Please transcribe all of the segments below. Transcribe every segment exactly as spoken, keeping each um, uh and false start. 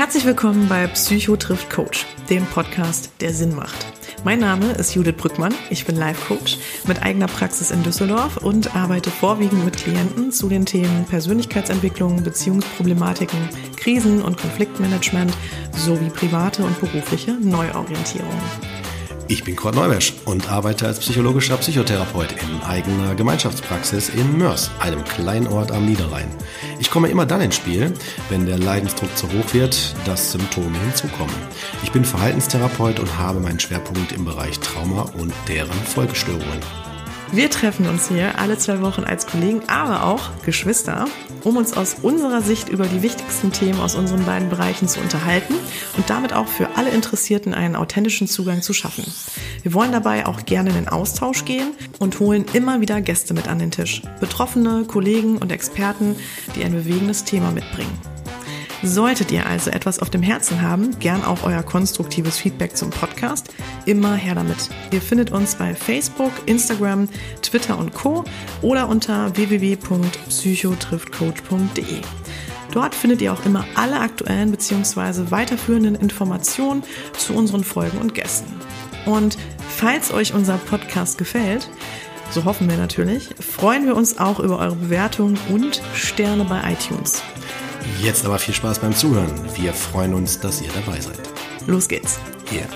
Herzlich willkommen bei Psycho trifft Coach, dem Podcast, der Sinn macht. Mein Name ist Judith Brückmann, ich bin Life-Coach mit eigener Praxis in Düsseldorf und arbeite vorwiegend mit Klienten zu den Themen Persönlichkeitsentwicklung, Beziehungsproblematiken, Krisen- und Konfliktmanagement sowie private und berufliche Neuorientierung. Ich bin Kurt Neumesch und arbeite als psychologischer Psychotherapeut in eigener Gemeinschaftspraxis in Mörs, einem kleinen Ort am Niederrhein. Ich komme immer dann ins Spiel, wenn der Leidensdruck zu hoch wird, dass Symptome hinzukommen. Ich bin Verhaltenstherapeut und habe meinen Schwerpunkt im Bereich Trauma und deren Folgestörungen. Wir treffen uns hier alle zwei Wochen als Kollegen, aber auch Geschwister, um uns aus unserer Sicht über die wichtigsten Themen aus unseren beiden Bereichen zu unterhalten und damit auch für alle Interessierten einen authentischen Zugang zu schaffen. Wir wollen dabei auch gerne in den Austausch gehen und holen immer wieder Gäste mit an den Tisch. Betroffene, Kollegen und Experten, die ein bewegendes Thema mitbringen. Solltet ihr also etwas auf dem Herzen haben, gern auch euer konstruktives Feedback zum Podcast, immer her damit. Ihr findet uns bei Facebook, Instagram, Twitter und Co. oder unter w w w punkt psycho trifft coach punkt d e. Dort findet ihr auch immer alle aktuellen bzw. weiterführenden Informationen zu unseren Folgen und Gästen. Und falls euch unser Podcast gefällt, so hoffen wir natürlich, freuen wir uns auch über eure Bewertungen und Sterne bei iTunes. Jetzt aber viel Spaß beim Zuhören. Wir freuen uns, dass ihr dabei seid. Los geht's. Yeah.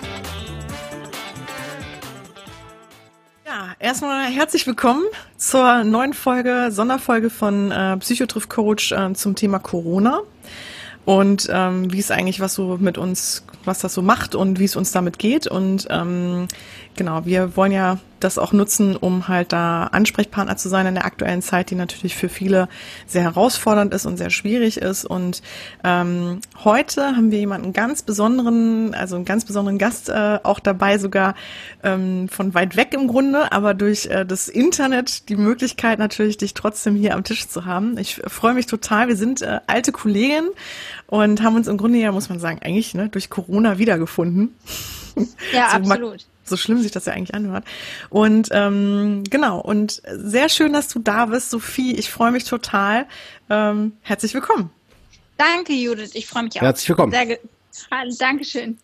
Ja, erstmal herzlich willkommen zur neuen Folge, Sonderfolge von äh, Psycho trifft Coach äh, zum Thema Corona. Und ähm, wie es eigentlich was so mit uns, was das so macht und wie es uns damit geht. Und ähm, genau, wir wollen ja das auch nutzen, um halt da Ansprechpartner zu sein in der aktuellen Zeit, die natürlich für viele sehr herausfordernd ist und sehr schwierig ist. Und ähm, heute haben wir jemanden ganz besonderen, also einen ganz besonderen Gast äh, auch dabei, sogar ähm, von weit weg im Grunde, aber durch äh, das Internet die Möglichkeit natürlich, dich trotzdem hier am Tisch zu haben. Ich freue mich total. Wir sind äh, alte Kolleginnen und haben uns im Grunde ja, muss man sagen, eigentlich ne, durch Corona wiedergefunden. Ja, so, absolut. So schlimm sich das ja eigentlich anhört. Und ähm, genau, und sehr schön, dass du da bist, Sophie. Ich freue mich total. Ähm, herzlich willkommen. Danke, Judith. Ich freue mich auch. Herzlich willkommen. Sehr ge- Dankeschön.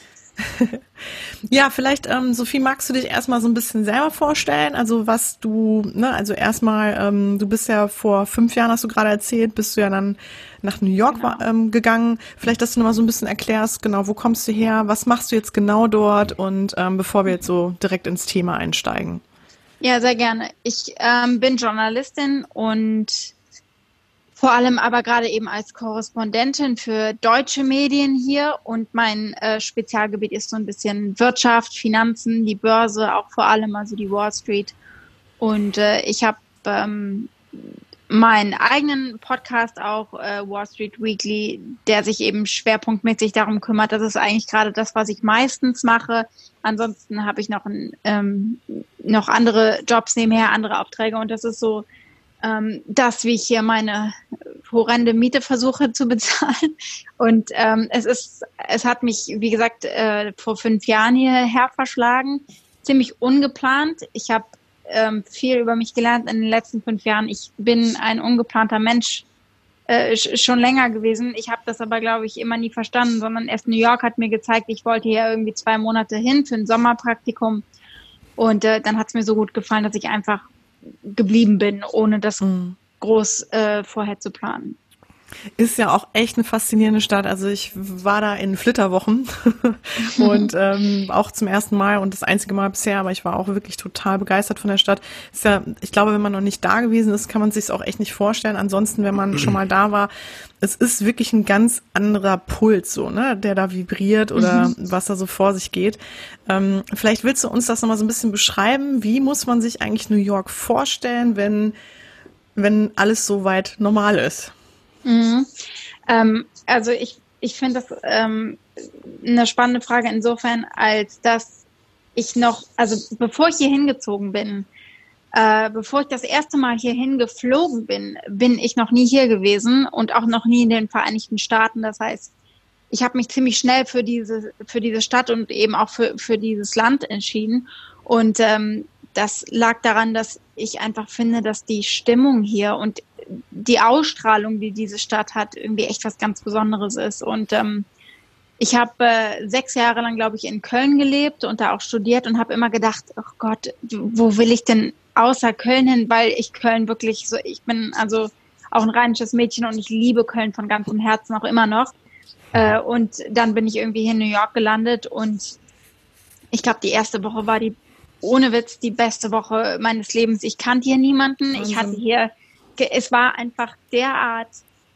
Ja, vielleicht, ähm, Sophie, magst du dich erstmal so ein bisschen selber vorstellen? Also was du, ne, also erstmal, ähm, du bist ja vor fünf Jahren, hast du gerade erzählt, bist du ja dann nach New York Genau. ähm, gegangen. Vielleicht, dass du nochmal so ein bisschen erklärst, genau, wo kommst du her, was machst du jetzt genau dort und ähm, bevor wir jetzt so direkt ins Thema einsteigen. Ja, sehr gerne. Ich ähm, bin Journalistin und vor allem aber gerade eben als Korrespondentin für deutsche Medien hier und mein äh, Spezialgebiet ist so ein bisschen Wirtschaft, Finanzen, die Börse, auch vor allem also die Wall Street. Und äh, ich habe ähm, meinen eigenen Podcast auch, äh, Wall Street Weekly, der sich eben schwerpunktmäßig darum kümmert. Das ist eigentlich gerade das, was ich meistens mache. Ansonsten habe ich noch, ein, ähm, noch andere Jobs nebenher, andere Aufträge und das ist so das, wie ich hier meine horrende Miete versuche zu bezahlen. Und ähm, es ist, es hat mich, wie gesagt, äh, vor fünf Jahren hierher verschlagen. Ziemlich ungeplant. Ich habe ähm, viel über mich gelernt in den letzten fünf Jahren. Ich bin ein ungeplanter Mensch äh, schon länger gewesen. Ich habe das aber, glaube ich, immer nie verstanden, sondern erst New York hat mir gezeigt, ich wollte hier irgendwie zwei Monate hin für ein Sommerpraktikum. Und äh, dann hat es mir so gut gefallen, dass ich einfach geblieben bin, ohne das mhm. groß äh, vorher zu planen. Ist ja auch echt eine faszinierende Stadt. Also ich war da in Flitterwochen und ähm, auch zum ersten Mal und das einzige Mal bisher, aber ich war auch wirklich total begeistert von der Stadt. Ist ja, ich glaube, wenn man noch nicht da gewesen ist, kann man sich es auch echt nicht vorstellen. Ansonsten, wenn man schon mal da war, es ist wirklich ein ganz anderer Puls, so, ne, der da vibriert oder mhm. was da so vor sich geht. Ähm, vielleicht willst du uns das nochmal so ein bisschen beschreiben. Wie muss man sich eigentlich New York vorstellen, wenn, wenn alles so weit normal ist? Mhm. Ähm, also ich, ich finde das ähm, eine spannende Frage insofern, als dass ich noch, also bevor ich hier hingezogen bin, äh, bevor ich das erste Mal hierhin geflogen bin, bin ich noch nie hier gewesen und auch noch nie in den Vereinigten Staaten. Das heißt, ich habe mich ziemlich schnell für diese, für diese Stadt und eben auch für, für dieses Land entschieden. Und ähm, das lag daran, dass ich einfach finde, dass die Stimmung hier und die Ausstrahlung, die diese Stadt hat, irgendwie echt was ganz Besonderes ist. Und ähm, ich habe äh, sechs Jahre lang, glaube ich, in Köln gelebt und da auch studiert und habe immer gedacht, oh Gott, wo will ich denn außer Köln hin? Weil ich Köln wirklich so, ich bin also auch ein rheinisches Mädchen und ich liebe Köln von ganzem Herzen auch immer noch. Äh, und dann bin ich irgendwie hier in New York gelandet und ich glaube, die erste Woche war die, ohne Witz, die beste Woche meines Lebens. Ich kannte hier niemanden. Ich hatte hier, es war einfach derart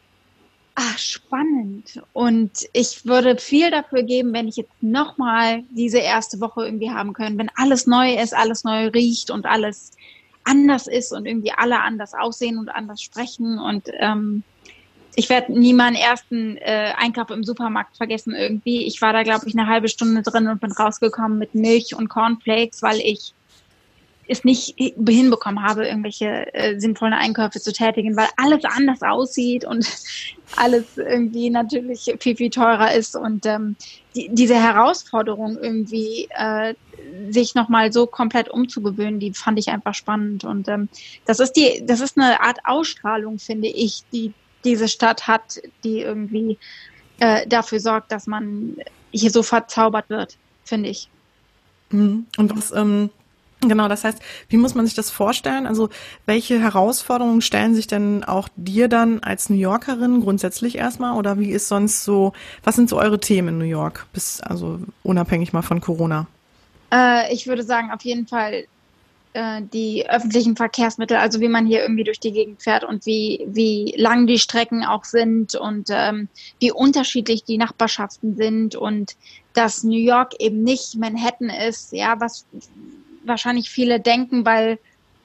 ah, spannend. Und ich würde viel dafür geben, wenn ich jetzt nochmal diese erste Woche irgendwie haben können, wenn alles neu ist, alles neu riecht und alles anders ist und irgendwie alle anders aussehen und anders sprechen. Und ähm, ich werde nie meinen ersten äh, Einkauf im Supermarkt vergessen irgendwie. Ich war da, glaube ich, eine halbe Stunde drin und bin rausgekommen mit Milch und Cornflakes, weil ich es nicht hinbekommen habe, irgendwelche äh, sinnvollen Einkäufe zu tätigen, weil alles anders aussieht und alles irgendwie natürlich viel, viel teurer ist. Und ähm, die, diese Herausforderung irgendwie, äh, sich nochmal so komplett umzugewöhnen, die fand ich einfach spannend. Und ähm, das ist die, das ist eine Art Ausstrahlung, finde ich, die diese Stadt hat, die irgendwie äh, dafür sorgt, dass man hier so verzaubert wird, finde ich. Und was, ähm, genau, das heißt, wie muss man sich das vorstellen? Also welche Herausforderungen stellen sich denn auch dir dann als New Yorkerin grundsätzlich erstmal? Oder wie ist sonst so, was sind so eure Themen in New York, bis, also unabhängig mal von Corona? Äh, ich würde sagen, auf jeden Fall äh, die öffentlichen Verkehrsmittel, also wie man hier irgendwie durch die Gegend fährt und wie, wie lang die Strecken auch sind und ähm, wie unterschiedlich die Nachbarschaften sind und dass New York eben nicht Manhattan ist, ja, was wahrscheinlich viele denken, weil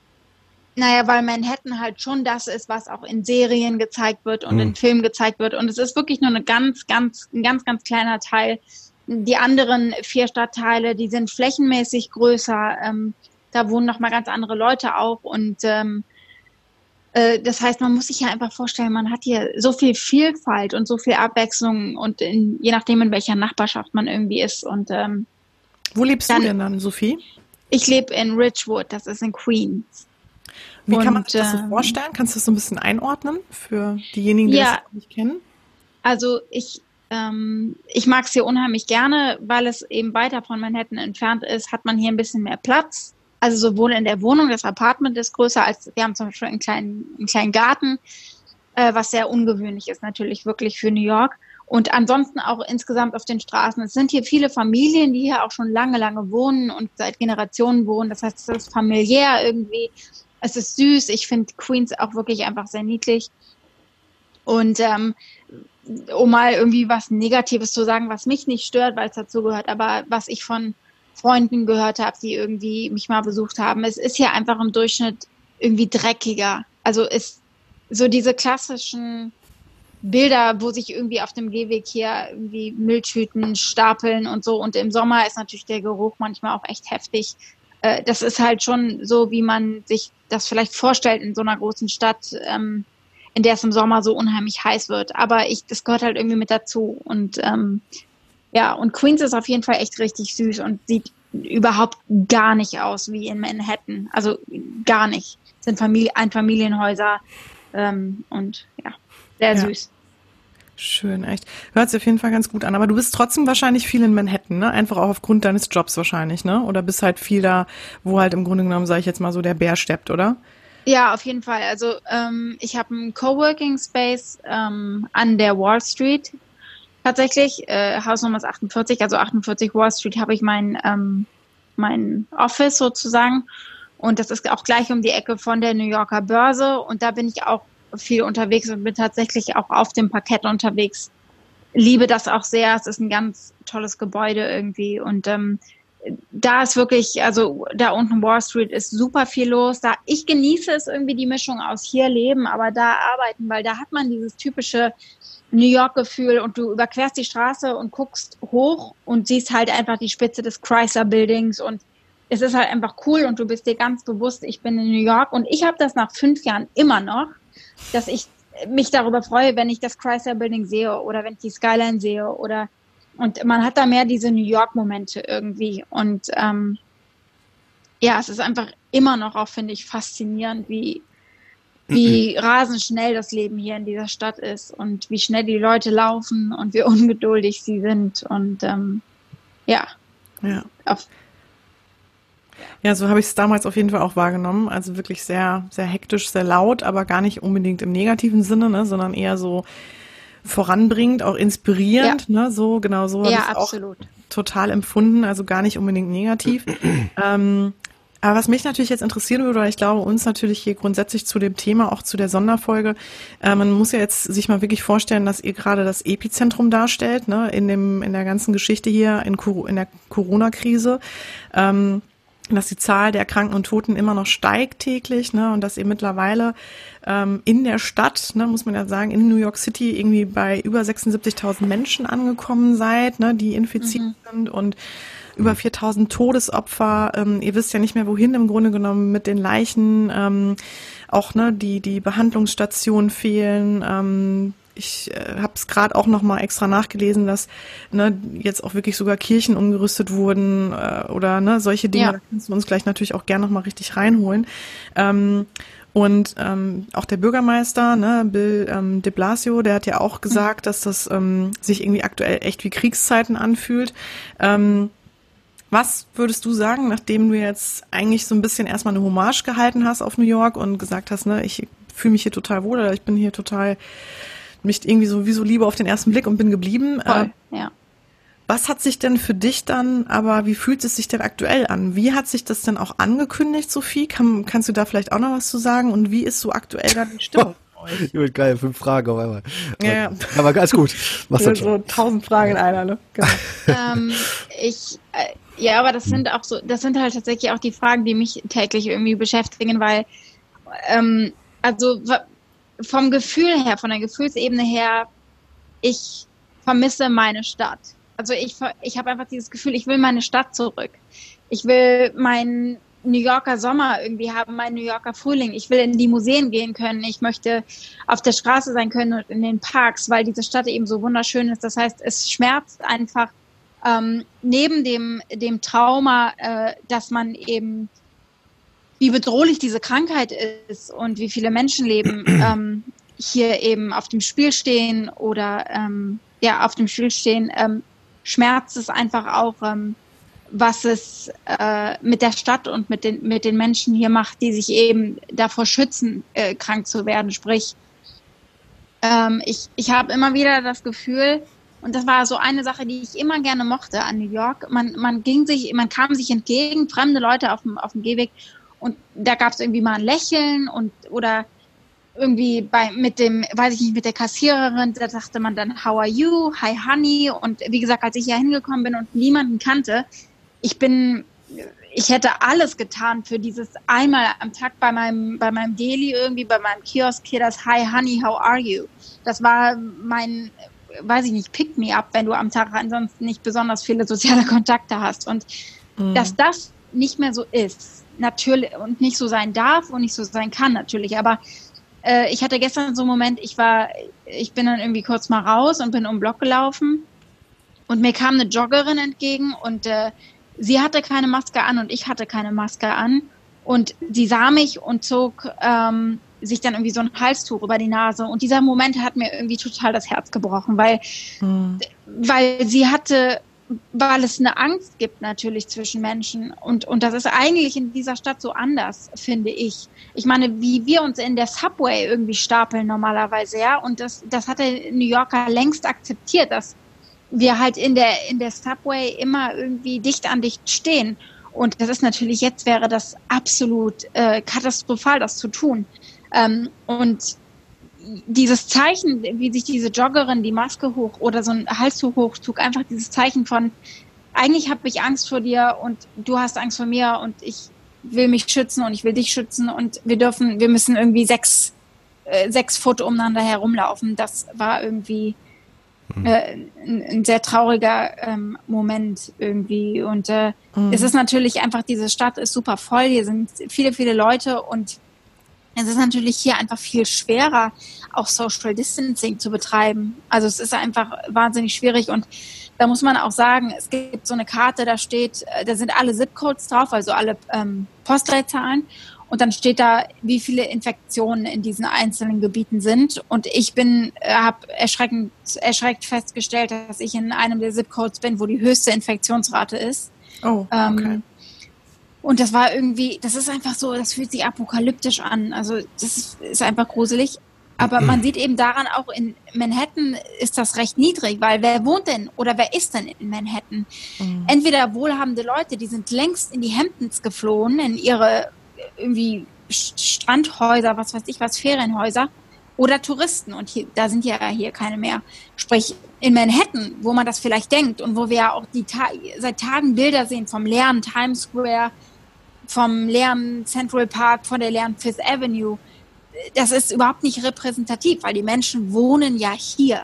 naja, weil Manhattan halt schon das ist, was auch in Serien gezeigt wird und mhm. in Filmen gezeigt wird. Und es ist wirklich nur eine ganz, ganz, ein ganz, ganz kleiner Teil. Die anderen vier Stadtteile, die sind flächenmäßig größer. Ähm, da wohnen noch mal ganz andere Leute auch. Und ähm, äh, das heißt, man muss sich ja einfach vorstellen, man hat hier so viel Vielfalt und so viel Abwechslung und in, je nachdem, in welcher Nachbarschaft man irgendwie ist. Und ähm, wo lebst dann, du denn dann, Sophie? Ich lebe in Ridgewood, das ist in Queens. Wie und, kann man sich das so ähm, vorstellen? Kannst du das so ein bisschen einordnen für diejenigen, die ja, das nicht kennen? Also ich ähm, ich mag es hier unheimlich gerne, weil es eben weiter von Manhattan entfernt ist, hat man hier ein bisschen mehr Platz. Also sowohl in der Wohnung, das Apartment ist größer, als wir haben zum Beispiel einen kleinen, einen kleinen Garten, äh, was sehr ungewöhnlich ist natürlich wirklich für New York. Und ansonsten auch insgesamt auf den Straßen. Es sind hier viele Familien, die hier auch schon lange, lange wohnen und seit Generationen wohnen. Das heißt, es ist familiär irgendwie. Es ist süß. Ich finde Queens auch wirklich einfach sehr niedlich. Und ähm, um mal irgendwie was Negatives zu sagen, was mich nicht stört, weil es dazu gehört, aber was ich von Freunden gehört habe, die irgendwie mich mal besucht haben, es ist hier einfach im Durchschnitt irgendwie dreckiger. Also ist so diese klassischen Bilder, wo sich irgendwie auf dem Gehweg hier irgendwie Mülltüten stapeln und so. Und im Sommer ist natürlich der Geruch manchmal auch echt heftig. Äh, das ist halt schon so, wie man sich das vielleicht vorstellt in so einer großen Stadt, ähm, in der es im Sommer so unheimlich heiß wird. Aber ich, das gehört halt irgendwie mit dazu. Und ähm, ja, und Queens ist auf jeden Fall echt richtig süß und sieht überhaupt gar nicht aus wie in Manhattan. Also gar nicht. Es sind Familie, Einfamilienhäuser ähm, und ja, sehr ja. süß. Schön, echt. Hört sich auf jeden Fall ganz gut an. Aber du bist trotzdem wahrscheinlich viel in Manhattan, ne? Einfach auch aufgrund deines Jobs wahrscheinlich, ne? Oder bist halt viel da, wo halt im Grunde genommen, sage ich jetzt mal so, der Bär steppt, oder? Ja, auf jeden Fall. Also ähm, ich habe einen Coworking Space ähm, an der Wall Street. Tatsächlich, äh, Hausnummer ist achtundvierzig, also achtundvierzig Wall Street habe ich mein, ähm, mein Office sozusagen. Und das ist auch gleich um die Ecke von der New Yorker Börse. Und da bin ich auch viel unterwegs und bin tatsächlich auch auf dem Parkett unterwegs. Liebe das auch sehr. Es ist ein ganz tolles Gebäude irgendwie. Und ähm, da ist wirklich, also da unten Wall Street ist super viel los. Da ich genieße es irgendwie die Mischung aus hier leben, aber da arbeiten, weil da hat man dieses typische New York-Gefühl und du überquerst die Straße und guckst hoch und siehst halt einfach die Spitze des Chrysler Buildings und es ist halt einfach cool und du bist dir ganz bewusst, ich bin in New York und ich habe das nach fünf Jahren immer noch, dass ich mich darüber freue, wenn ich das Chrysler Building sehe oder wenn ich die Skyline sehe oder und man hat da mehr diese New York-Momente irgendwie und ähm, ja, es ist einfach immer noch auch, finde ich, faszinierend, wie, wie rasend schnell das Leben hier in dieser Stadt ist und wie schnell die Leute laufen und wie ungeduldig sie sind und ähm, ja. Ja. Auf, Ja, so habe ich es damals auf jeden Fall auch wahrgenommen. Also wirklich sehr, sehr hektisch, sehr laut, aber gar nicht unbedingt im negativen Sinne, ne, sondern eher so voranbringend, auch inspirierend, ja. ne, so, genau so habe ja, ich es auch absolut. total empfunden, also gar nicht unbedingt negativ. ähm, aber was mich natürlich jetzt interessieren würde, oder ich glaube uns natürlich hier grundsätzlich zu dem Thema, auch zu der Sonderfolge, äh, man muss ja jetzt sich mal wirklich vorstellen, dass ihr gerade das Epizentrum darstellt, ne, in dem, in der ganzen Geschichte hier in, in der Corona-Krise. Ähm, dass die Zahl der Erkrankten und Toten immer noch steigt täglich, ne, und dass ihr mittlerweile ähm, in der Stadt, ne, muss man ja sagen, in New York City irgendwie bei über sechsundsiebzigtausend Menschen angekommen seid, ne, die infiziert mhm. sind und über viertausend Todesopfer. Ähm, ihr wisst ja nicht mehr, wohin im Grunde genommen mit den Leichen. Ähm, auch ne, die die Behandlungsstationen fehlen. Ähm, Ich äh, habe es gerade auch noch mal extra nachgelesen, dass ne, jetzt auch wirklich sogar Kirchen umgerüstet wurden äh, oder ne, solche Dinge. Ja. Da kannst du uns gleich natürlich auch gerne noch mal richtig reinholen. Ähm, und ähm, auch der Bürgermeister, ne, Bill ähm, de Blasio, der hat ja auch gesagt, mhm. dass das ähm, sich irgendwie aktuell echt wie Kriegszeiten anfühlt. Ähm, Was würdest du sagen, nachdem du jetzt eigentlich so ein bisschen erstmal eine Hommage gehalten hast auf New York und gesagt hast, ne, ich fühle mich hier total wohl oder ich bin hier total mich irgendwie sowieso Liebe auf den ersten Blick und bin geblieben. Voll, äh, ja. Was hat sich denn für dich dann, aber wie fühlt es sich denn aktuell an? Wie hat sich das denn auch angekündigt, Sophie? Kann, kannst du da vielleicht auch noch was zu sagen? Und wie ist so aktuell dann die Stimmung? Gut, geil, fünf Fragen auf einmal. Ja, ja. Aber ganz gut. Mach's dann schon. So tausend Fragen in einer, ne? Genau. ähm, ich, äh, ja, aber das sind auch so, das sind halt tatsächlich auch die Fragen, die mich täglich irgendwie beschäftigen, weil, ähm, also, vom Gefühl her, von der Gefühlsebene her, ich vermisse meine Stadt. Also ich, ich habe einfach dieses Gefühl, ich will meine Stadt zurück. Ich will meinen New Yorker Sommer irgendwie haben, meinen New Yorker Frühling. Ich will in die Museen gehen können. Ich möchte auf der Straße sein können und in den Parks, weil diese Stadt eben so wunderschön ist. Das heißt, es schmerzt einfach ähm, neben dem, dem Trauma, äh, dass man eben wie bedrohlich diese Krankheit ist und wie viele Menschenleben ähm, hier eben auf dem Spiel stehen oder ähm, ja auf dem Spiel stehen, ähm, schmerzt es einfach auch, ähm, was es äh, mit der Stadt und mit den mit den Menschen hier macht, die sich eben davor schützen, äh, krank zu werden. Sprich, ähm, ich ich habe immer wieder das Gefühl, und das war so eine Sache, die ich immer gerne mochte an New York. Man man ging sich, man kam sich entgegen, fremde Leute auf dem auf dem Gehweg. Und da gab es irgendwie mal ein Lächeln und oder irgendwie bei mit dem, weiß ich nicht, mit der Kassiererin, da sagte man dann, how are you? Hi honey. Und wie gesagt, als ich hier hingekommen bin und niemanden kannte, ich bin, ich hätte alles getan für dieses einmal am Tag bei meinem bei meinem Deli irgendwie, bei meinem Kiosk hier das Hi honey, how are you? Das war mein, weiß ich nicht, pick me up, wenn du am Tag ansonsten nicht besonders viele soziale Kontakte hast. Und mhm. dass das nicht mehr so ist, natürlich, und nicht so sein darf und nicht so sein kann natürlich, aber äh, ich hatte gestern so einen Moment, ich war, ich bin dann irgendwie kurz mal raus und bin um den Block gelaufen und mir kam eine Joggerin entgegen und äh, sie hatte keine Maske an und ich hatte keine Maske an und sie sah mich und zog ähm, sich dann irgendwie so ein Halstuch über die Nase und dieser Moment hat mir irgendwie total das Herz gebrochen, weil, mhm. weil sie hatte weil es eine Angst gibt natürlich zwischen Menschen und und das ist eigentlich in dieser Stadt so anders, finde ich. Ich meine, wie wir uns in der Subway irgendwie stapeln normalerweise, ja, und das das hat der New Yorker längst akzeptiert, dass wir halt in der in der Subway immer irgendwie dicht an dicht stehen und das ist natürlich, jetzt wäre das absolut äh, katastrophal, das zu tun. Ähm, und dieses Zeichen, wie sich diese Joggerin die Maske hoch oder so ein Halstuch hochzog, einfach dieses Zeichen von, eigentlich habe ich Angst vor dir und du hast Angst vor mir und ich will mich schützen und ich will dich schützen und wir dürfen, wir müssen irgendwie sechs, äh, sechs Foot umeinander herumlaufen. Das war irgendwie äh, ein, ein sehr trauriger ähm, Moment irgendwie und äh, mhm. es ist natürlich einfach, diese Stadt ist super voll, hier sind viele, viele Leute und es ist natürlich hier einfach viel schwerer, auch Social Distancing zu betreiben. Also es ist einfach wahnsinnig schwierig und da muss man auch sagen, es gibt so eine Karte, da steht, da sind alle Zip-Codes drauf, also alle ähm, Postleitzahlen und dann steht da, wie viele Infektionen in diesen einzelnen Gebieten sind und ich bin, äh, habe erschreckend, erschreckt festgestellt, dass ich in einem der Zip-Codes bin, wo die höchste Infektionsrate ist. Oh, okay. Ähm, Und das war irgendwie, das ist einfach so, das fühlt sich apokalyptisch an. Also das ist, ist einfach gruselig. Aber man sieht eben daran, auch in Manhattan ist das recht niedrig, weil wer wohnt denn oder wer ist denn in Manhattan? Mhm. Entweder wohlhabende Leute, die sind längst in die Hamptons geflohen, in ihre irgendwie Strandhäuser, was weiß ich was, Ferienhäuser, oder Touristen. Und hier, da sind ja hier keine mehr. Sprich, in Manhattan, wo man das vielleicht denkt und wo wir ja auch die Ta- seit Tagen Bilder sehen vom leeren Times Square, vom leeren Central Park, von der leeren Fifth Avenue, das ist überhaupt nicht repräsentativ, weil die Menschen wohnen ja hier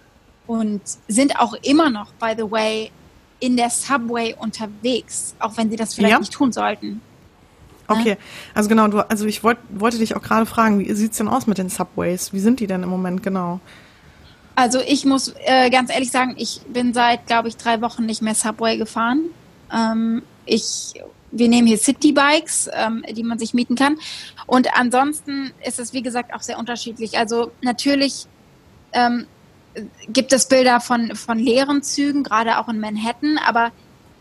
und sind auch immer noch, by the way, in der Subway unterwegs, auch wenn sie das vielleicht ja. nicht tun sollten. Okay, also genau, du, also ich wollt, wollte dich auch gerade fragen, wie sieht's denn aus mit den Subways? Wie sind die denn im Moment genau? Also ich muss äh, ganz ehrlich sagen, ich bin seit, glaube ich, drei Wochen nicht mehr Subway gefahren. Ähm, ich Wir nehmen hier Citybikes, ähm, die man sich mieten kann. Und ansonsten ist es, wie gesagt, auch sehr unterschiedlich. Also natürlich ähm, gibt es Bilder von, von leeren Zügen, gerade auch in Manhattan, aber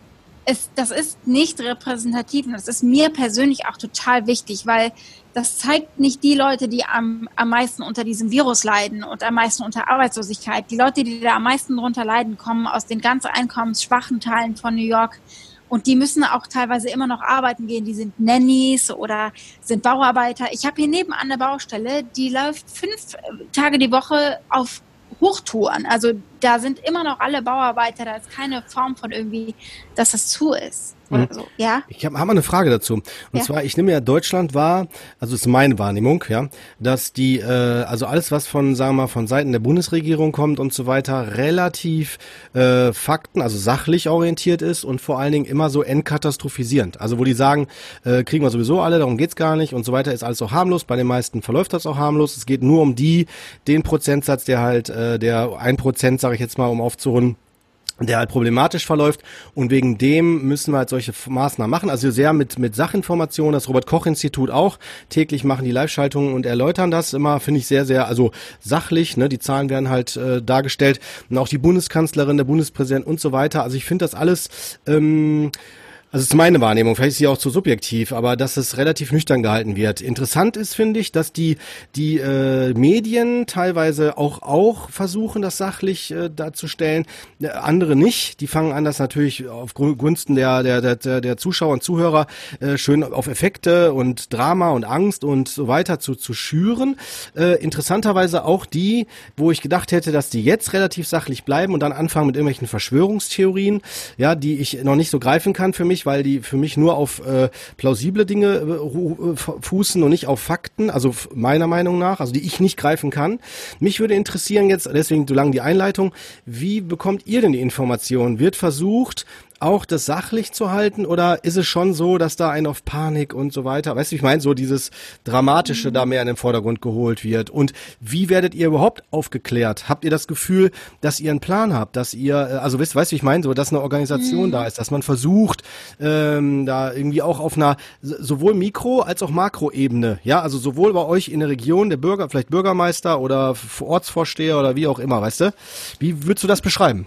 es, das ist nicht repräsentativ und das ist mir persönlich auch total wichtig, weil das zeigt nicht die Leute, die am, am meisten unter diesem Virus leiden und am meisten unter Arbeitslosigkeit. Die Leute, die da am meisten drunter leiden, kommen aus den ganz einkommensschwachen Teilen von New York. Und die müssen auch teilweise immer noch arbeiten gehen. Die sind Nannies oder sind Bauarbeiter. Ich habe hier nebenan eine Baustelle, die läuft fünf Tage die Woche auf Hochtouren. Also da sind immer noch alle Bauarbeiter. Da ist keine Form von irgendwie, dass das zu ist. Oder so. Ja? Ich habe hab mal eine Frage dazu. Und ja. zwar, ich nehme ja Deutschland wahr, also ist meine Wahrnehmung, ja, dass die, äh, also alles, was von, sagen wir mal, von Seiten der Bundesregierung kommt und so weiter, relativ äh, fakten, also sachlich orientiert ist und vor allen Dingen immer so entkatastrophisierend. Also wo die sagen, äh, kriegen wir sowieso alle, darum geht's gar nicht und so weiter, ist alles auch harmlos. Bei den meisten verläuft das auch harmlos. Es geht nur um die, den Prozentsatz, der halt, äh, der ein Prozent, sage ich jetzt mal, um aufzurunden, der halt problematisch verläuft und wegen dem müssen wir halt solche Maßnahmen machen, also sehr mit mit Sachinformationen, das Robert-Koch-Institut auch, täglich machen die Live-Schaltungen und erläutern das immer, finde ich sehr, sehr, also sachlich, ne, die Zahlen werden halt äh, dargestellt und auch die Bundeskanzlerin, der Bundespräsident und so weiter, also ich finde das alles, ähm, also es ist meine Wahrnehmung, vielleicht ist sie auch zu subjektiv, aber dass es relativ nüchtern gehalten wird. Interessant ist, finde ich, dass die die äh, Medien teilweise auch auch versuchen, das sachlich äh, darzustellen, äh, andere nicht. Die fangen an, das natürlich auf Gunsten der der der, der Zuschauer und Zuhörer äh, schön auf Effekte und Drama und Angst und so weiter zu zu schüren. Äh, interessanterweise auch die, wo ich gedacht hätte, dass die jetzt relativ sachlich bleiben und dann anfangen mit irgendwelchen Verschwörungstheorien, ja, die ich noch nicht so greifen kann für mich, weil die für mich nur auf äh, plausible Dinge äh, fußen und nicht auf Fakten, also meiner Meinung nach, also die ich nicht greifen kann. Mich würde interessieren jetzt, deswegen so lange die Einleitung, wie bekommt ihr denn die Informationen? Wird versucht, auch das sachlich zu halten oder ist es schon so, dass da ein auf Panik und so weiter, weißt du, ich meine, so dieses Dramatische mhm. da mehr in den Vordergrund geholt wird und wie werdet ihr überhaupt aufgeklärt? Habt ihr das Gefühl, dass ihr einen Plan habt, dass ihr, also weißt, weißt du, ich meine, so, dass eine Organisation mhm. da ist, dass man versucht, ähm, da irgendwie auch auf einer sowohl Mikro- als auch Makroebene, ja, also sowohl bei euch in der Region, der Bürger, vielleicht Bürgermeister oder Ortsvorsteher oder wie auch immer, weißt du, wie würdest du das beschreiben?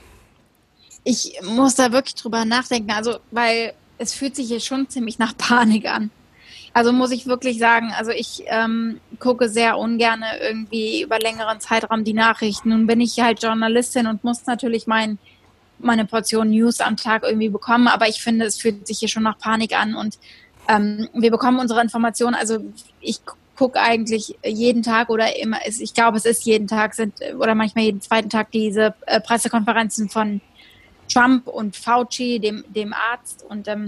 Ich muss da wirklich drüber nachdenken, also weil es fühlt sich hier schon ziemlich nach Panik an. Also muss ich wirklich sagen, also ich ähm, gucke sehr ungern irgendwie über längeren Zeitraum die Nachrichten. Nun bin ich halt Journalistin und muss natürlich mein, meine Portion News am Tag irgendwie bekommen, aber ich finde, es fühlt sich hier schon nach Panik an und ähm, wir bekommen unsere Informationen, also ich gucke eigentlich jeden Tag oder immer, ich glaube, es ist jeden Tag sind oder manchmal jeden zweiten Tag diese äh, Pressekonferenzen von Trump und Fauci, dem, dem Arzt und ähm,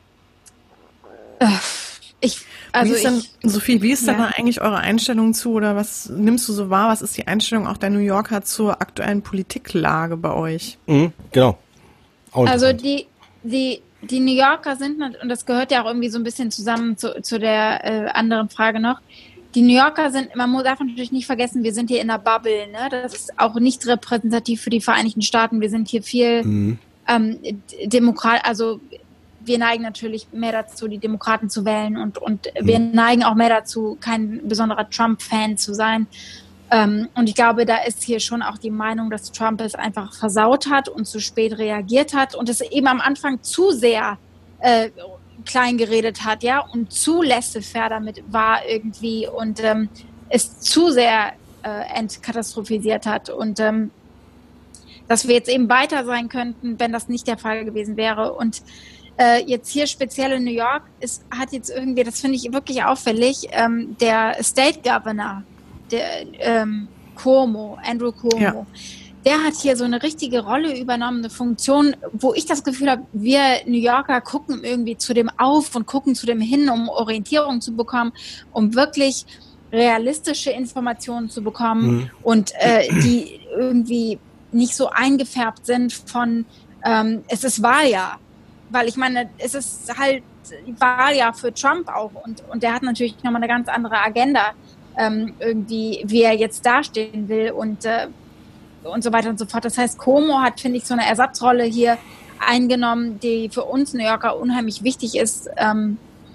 äh, ich, also wie ist denn, ich, Sophie, wie ist ja. denn da eigentlich eure Einstellung zu oder was nimmst du so wahr? Was ist die Einstellung auch der New Yorker zur aktuellen Politiklage bei euch? Mhm, genau. Also die, die, die New Yorker sind, und das gehört ja auch irgendwie so ein bisschen zusammen zu, zu der äh, anderen Frage noch, die New Yorker sind, man muss darf natürlich nicht vergessen, wir sind hier in einer Bubble, ne? Das ist auch nicht repräsentativ für die Vereinigten Staaten. Wir sind hier viel mhm. ähm, Demokrat, also wir neigen natürlich mehr dazu, die Demokraten zu wählen und, und mhm. wir neigen auch mehr dazu, kein besonderer Trump-Fan zu sein. Ähm, und ich glaube, da ist hier schon auch die Meinung, dass Trump es einfach versaut hat und zu spät reagiert hat und es eben am Anfang zu sehr äh, klein geredet hat, ja, und zu laissez-faire damit war irgendwie und ähm, es zu sehr äh, entkatastrophisiert hat und ähm, dass wir jetzt eben weiter sein könnten, wenn das nicht der Fall gewesen wäre. Und äh, jetzt hier speziell in New York ist, hat jetzt irgendwie, das finde ich wirklich auffällig, ähm, der State Governor, der ähm, Cuomo, Andrew Cuomo, ja. Der hat hier so eine richtige Rolle übernommen, eine Funktion, wo ich das Gefühl habe, wir New Yorker gucken irgendwie zu dem auf und gucken zu dem hin, um Orientierung zu bekommen, um wirklich realistische Informationen zu bekommen mhm. und äh, die irgendwie nicht so eingefärbt sind von, ähm, es ist Wahljahr. Weil ich meine, es ist halt Wahljahr für Trump auch und, und der hat natürlich nochmal eine ganz andere Agenda, ähm, irgendwie, wie er jetzt dastehen will und äh, und so weiter und so fort. Das heißt, Cuomo hat, finde ich, so eine Ersatzrolle hier eingenommen, die für uns New Yorker unheimlich wichtig ist. Ähm,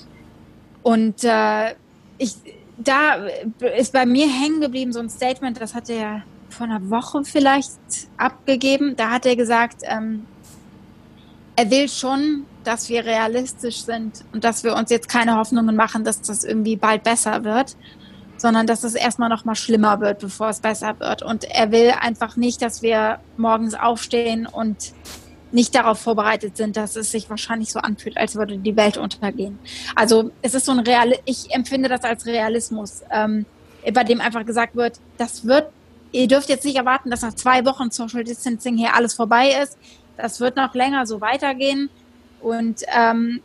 und äh, ich, da ist bei mir hängen geblieben so ein Statement, das hat er vor einer Woche vielleicht abgegeben. Da hat er gesagt, ähm, er will schon, dass wir realistisch sind und dass wir uns jetzt keine Hoffnungen machen, dass das irgendwie bald besser wird, sondern dass es erstmal noch mal schlimmer wird, bevor es besser wird. Und er will einfach nicht, dass wir morgens aufstehen und nicht darauf vorbereitet sind, dass es sich wahrscheinlich so anfühlt, als würde die Welt untergehen. Also es ist so ein Real, ich empfinde das als Realismus, ähm, bei dem einfach gesagt wird, das wird, ihr dürft jetzt nicht erwarten, dass nach zwei Wochen Social Distancing hier alles vorbei ist. Das wird noch länger so weitergehen und ähm,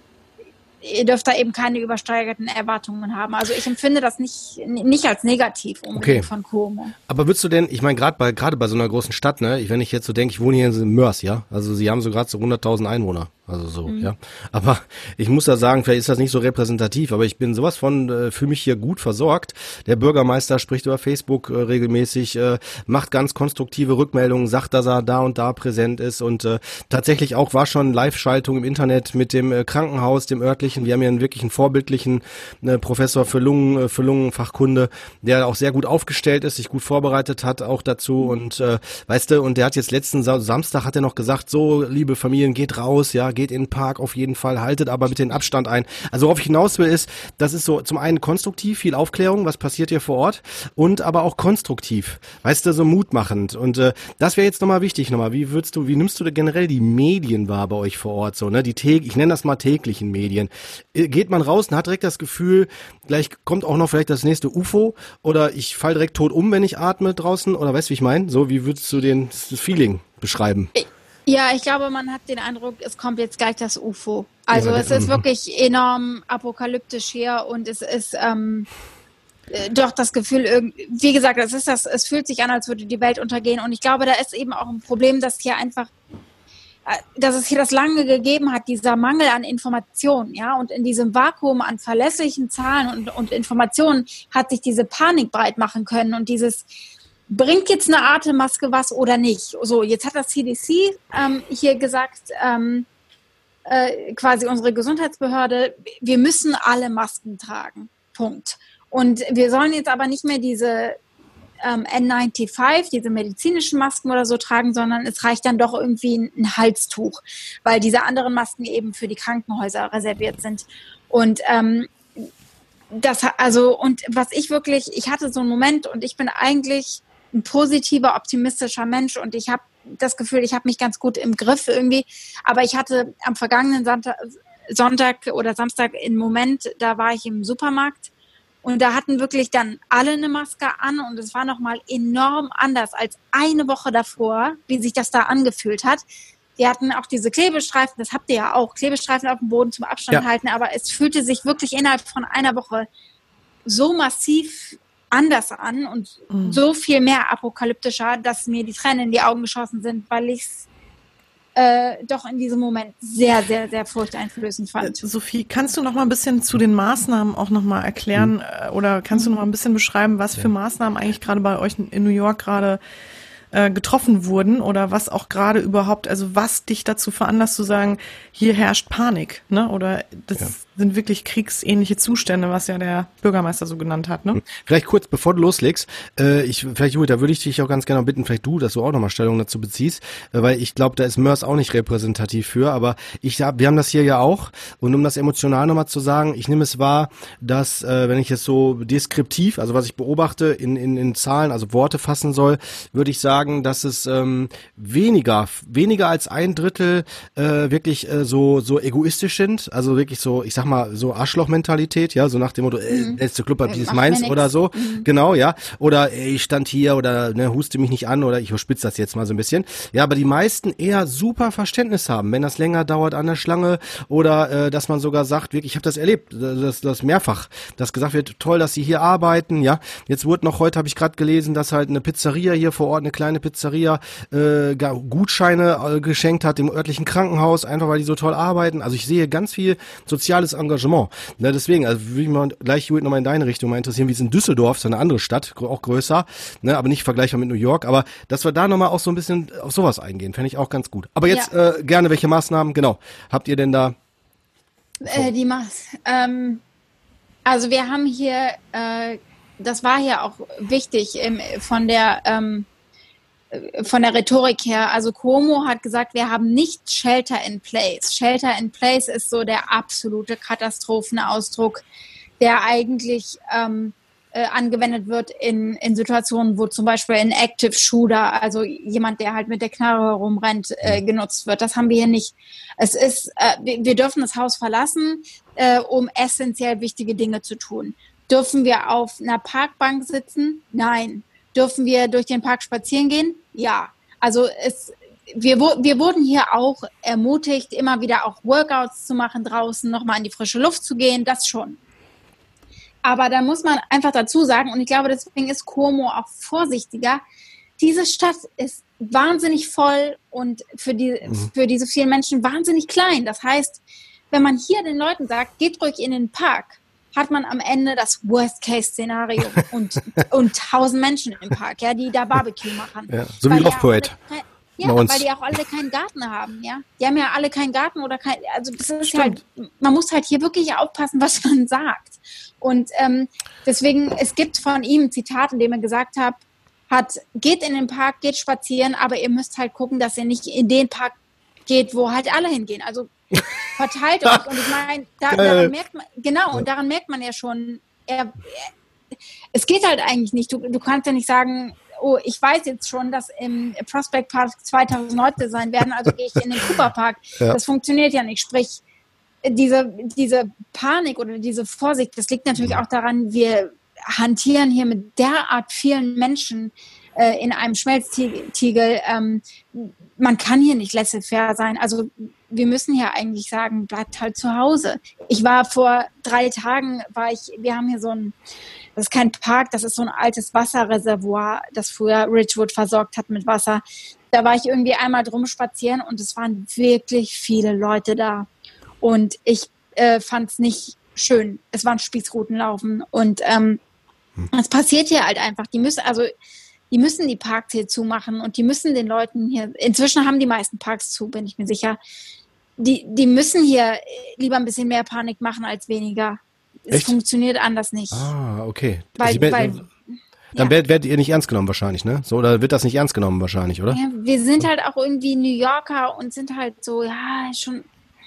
ihr dürft da eben keine übersteigerten Erwartungen haben. Also ich empfinde das nicht nicht als negativ unbedingt okay. von Cuomo. Aber würdest du denn, ich meine gerade bei gerade bei so einer großen Stadt, ne, wenn ich jetzt so denke, ich wohne hier in Mörs, ja, also sie haben so gerade so hunderttausend Einwohner, also so, mhm. ja. Aber ich muss da sagen, vielleicht ist das nicht so repräsentativ, aber ich bin sowas von, äh, fühle mich hier gut versorgt. Der Bürgermeister spricht über Facebook äh, regelmäßig, äh, macht ganz konstruktive Rückmeldungen, sagt, dass er da und da präsent ist und äh, tatsächlich auch war schon Live-Schaltung im Internet mit dem äh, Krankenhaus, dem örtlichen. Wir haben hier einen wirklichen vorbildlichen äh, Professor für Lungen, äh, für Lungenfachkunde, der auch sehr gut aufgestellt ist, sich gut vorbereitet hat auch dazu und äh, weißt du, und der hat jetzt letzten Sa- Samstag hat er noch gesagt, so liebe Familien, geht raus, ja, geht in den Park auf jeden Fall, haltet aber bitte den Abstand ein. Also worauf ich hinaus will ist, das ist so zum einen konstruktiv, viel Aufklärung, was passiert hier vor Ort und aber auch konstruktiv, weißt du, so mutmachend und äh, das wäre jetzt nochmal wichtig nochmal, wie würdest du, wie nimmst du generell die Medien wahr bei euch vor Ort so, ne, die täg- ich nenne das mal täglichen Medien. Geht man raus und hat direkt das Gefühl, gleich kommt auch noch vielleicht das nächste U F O oder ich falle direkt tot um, wenn ich atme draußen oder weißt du, wie ich meine? So, wie würdest du den, das Feeling beschreiben? Ja, ich glaube, man hat den Eindruck, es kommt jetzt gleich das U F O. Also ja, es ist wirklich enorm apokalyptisch hier und es ist ähm, doch das Gefühl, wie gesagt, es ist das, es fühlt sich an, als würde die Welt untergehen und ich glaube, da ist eben auch ein Problem, dass hier einfach dass es hier das lange gegeben hat, dieser Mangel an Informationen, ja, und in diesem Vakuum an verlässlichen Zahlen und, und Informationen hat sich diese Panik breit machen können und dieses, bringt jetzt eine Atemmaske was oder nicht? So, jetzt hat das C D C ähm, hier gesagt, ähm, äh, quasi unsere Gesundheitsbehörde, wir müssen alle Masken tragen, Punkt. Und wir sollen jetzt aber nicht mehr diese Ähm, N neunundneunzig, diese medizinischen Masken oder so tragen, sondern es reicht dann doch irgendwie ein, ein Halstuch, weil diese anderen Masken eben für die Krankenhäuser reserviert sind. Und ähm, das, also, und was ich wirklich, ich hatte so einen Moment und ich bin eigentlich ein positiver, optimistischer Mensch und ich habe das Gefühl, ich habe mich ganz gut im Griff irgendwie, aber ich hatte am vergangenen Sonntag, Sonntag oder Samstag einen Moment, da war ich im Supermarkt. Und da hatten wirklich dann alle eine Maske an und es war nochmal enorm anders als eine Woche davor, wie sich das da angefühlt hat. Die hatten auch diese Klebestreifen, das habt ihr ja auch, Klebestreifen auf dem Boden zum Abstand ja. halten, aber es fühlte sich wirklich innerhalb von einer Woche so massiv anders an und mhm. so viel mehr apokalyptischer, dass mir die Tränen in die Augen geschossen sind, weil ich es äh, doch in diesem Moment sehr, sehr, sehr furchteinflößend fand. Sophie, kannst du noch mal ein bisschen zu den Maßnahmen auch noch mal erklären mhm. oder kannst du noch mal ein bisschen beschreiben, was für Maßnahmen eigentlich gerade bei euch in New York gerade äh, getroffen wurden oder was auch gerade überhaupt, also was dich dazu veranlasst zu sagen, hier herrscht Panik, ne? Oder das ja. sind wirklich kriegsähnliche Zustände, was ja der Bürgermeister so genannt hat, ne? Vielleicht kurz, bevor du loslegst, äh, ich, vielleicht, Juli, da würde ich dich auch ganz gerne bitten, vielleicht du, dass du auch nochmal Stellung dazu beziehst, äh, weil ich glaube, da ist Mörs auch nicht repräsentativ für, aber ich hab, wir haben das hier ja auch und um das emotional nochmal zu sagen, ich nehme es wahr, dass, äh, wenn ich es so deskriptiv, also was ich beobachte, in, in, in Zahlen, also Worte fassen soll, würde ich sagen, dass es ähm, weniger, weniger als ein Drittel äh, wirklich äh, so so egoistisch sind, also wirklich so, ich sag mal, so Arschloch-Mentalität, ja, so nach dem Motto, mhm. äh, letzte Club, wie es meins oder so, mhm. genau, ja, oder ey, ich stand hier oder ne, huste mich nicht an oder ich überspitze das jetzt mal so ein bisschen, ja, aber die meisten eher super Verständnis haben, wenn das länger dauert an der Schlange oder äh, dass man sogar sagt, wirklich, ich habe das erlebt, das, das mehrfach, dass gesagt wird, toll, dass sie hier arbeiten, ja, jetzt wurde noch heute, habe ich gerade gelesen, dass halt eine Pizzeria hier vor Ort, eine kleine Pizzeria äh, Gutscheine äh, geschenkt hat dem örtlichen Krankenhaus, einfach weil die so toll arbeiten. Also ich sehe ganz viel soziales Engagement. Ne, deswegen, also würde ich mal gleich, Judith, nochmal in deine Richtung mal interessieren, wie es in Düsseldorf, so eine andere Stadt, auch größer, ne, aber nicht vergleichbar mit New York, aber dass wir da nochmal auch so ein bisschen auf sowas eingehen, fände ich auch ganz gut. Aber jetzt ja. äh, gerne, welche Maßnahmen, genau, habt ihr denn da? Äh, die Maß, ähm, also wir haben hier, äh, das war hier auch wichtig im, von der ähm, von der Rhetorik her, also Cuomo hat gesagt, wir haben nicht Shelter in Place. Shelter in Place ist so der absolute Katastrophenausdruck, der eigentlich ähm, äh, angewendet wird in, in Situationen, wo zum Beispiel ein Active Shooter, also jemand, der halt mit der Knarre herumrennt, äh, genutzt wird. Das haben wir hier nicht. Es ist, äh, wir, wir dürfen das Haus verlassen, äh, um essentiell wichtige Dinge zu tun. Dürfen wir auf einer Parkbank sitzen? Nein. Dürfen wir durch den Park spazieren gehen? Ja. Also es, wir, wir wurden hier auch ermutigt, immer wieder auch Workouts zu machen draußen, nochmal in die frische Luft zu gehen, das schon. Aber da muss man einfach dazu sagen, und ich glaube, deswegen ist Cuomo auch vorsichtiger, diese Stadt ist wahnsinnig voll und für, die, mhm. für diese vielen Menschen wahnsinnig klein. Das heißt, wenn man hier den Leuten sagt, geht ruhig in den Park, hat man am Ende das Worst-Case-Szenario und, und tausend Menschen im Park, ja, die da Barbecue machen. Ja, so wie Love Parade. Ja, weil die auch alle keinen Garten haben, ja. Die haben ja alle keinen Garten oder kein, also das ist Stimmt. halt, man muss halt hier wirklich aufpassen, was man sagt. Und ähm, deswegen, es gibt von ihm ein Zitat, in dem er gesagt hat, hat, geht in den Park, geht spazieren, aber ihr müsst halt gucken, dass ihr nicht in den Park geht, wo halt alle hingehen. Also verteilt euch. Und ich meine, da, daran merkt man, genau, und daran merkt man ja schon, er, er, es geht halt eigentlich nicht. Du, du kannst ja nicht sagen, oh, ich weiß jetzt schon, dass im Prospect Park zweitausend Leute sein werden, also gehe ich in den Cooper Park. Ja. Das funktioniert ja nicht. Sprich, diese, diese Panik oder diese Vorsicht, das liegt natürlich auch daran, wir hantieren hier mit derart vielen Menschen äh, in einem Schmelztiegel. Ähm, man kann hier nicht laissez-faire sein. Also wir müssen hier eigentlich sagen, bleibt halt zu Hause. Ich war vor drei Tagen, war ich, wir haben hier so ein, das ist kein Park, das ist so ein altes Wasserreservoir, das früher Ridgewood versorgt hat mit Wasser. Da war ich irgendwie einmal drum spazieren und es waren wirklich viele Leute da. Und ich äh, fand es nicht schön. Es waren Spießrutenlaufen und ähm, es passiert hier halt einfach. Die müssen, also die müssen die Parks hier zumachen und die müssen den Leuten hier, inzwischen haben die meisten Parks zu, bin ich mir sicher, die, die müssen hier lieber ein bisschen mehr Panik machen als weniger. Es Echt? Funktioniert anders nicht. Ah, okay. Weil, Sie, weil, dann ja. werdet, werdet ihr nicht ernst genommen wahrscheinlich, ne? So, oder wird das nicht ernst genommen wahrscheinlich, oder? Ja, wir sind halt auch irgendwie New Yorker und sind halt so, ja, schon,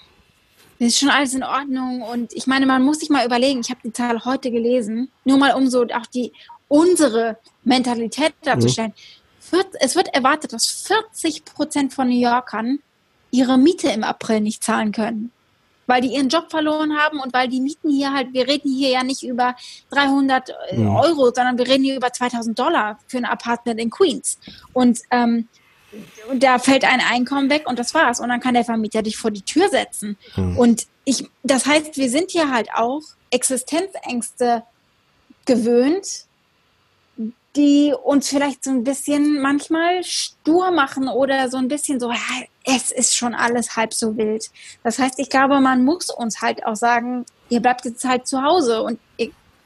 ist schon alles in Ordnung. Und ich meine, man muss sich mal überlegen, ich habe die Zahl heute gelesen, nur mal um so auch die unsere Mentalität darzustellen. Mhm. Es wird erwartet, dass vierzig Prozent von New Yorkern ihre Miete im April nicht zahlen können, weil die ihren Job verloren haben und weil die Mieten hier halt, wir reden hier ja nicht über dreihundert mhm. Euro, sondern wir reden hier über zweitausend Dollar für ein Apartment in Queens. Und, ähm, und da fällt ein Einkommen weg und das war's. Und dann kann der Vermieter dich vor die Tür setzen. Mhm. Und ich, das heißt, wir sind hier halt auch Existenzängste gewöhnt, die uns vielleicht so ein bisschen manchmal stur machen oder so ein bisschen so, ja, es ist schon alles halb so wild. Das heißt, ich glaube, man muss uns halt auch sagen, ihr bleibt jetzt halt zu Hause und ihr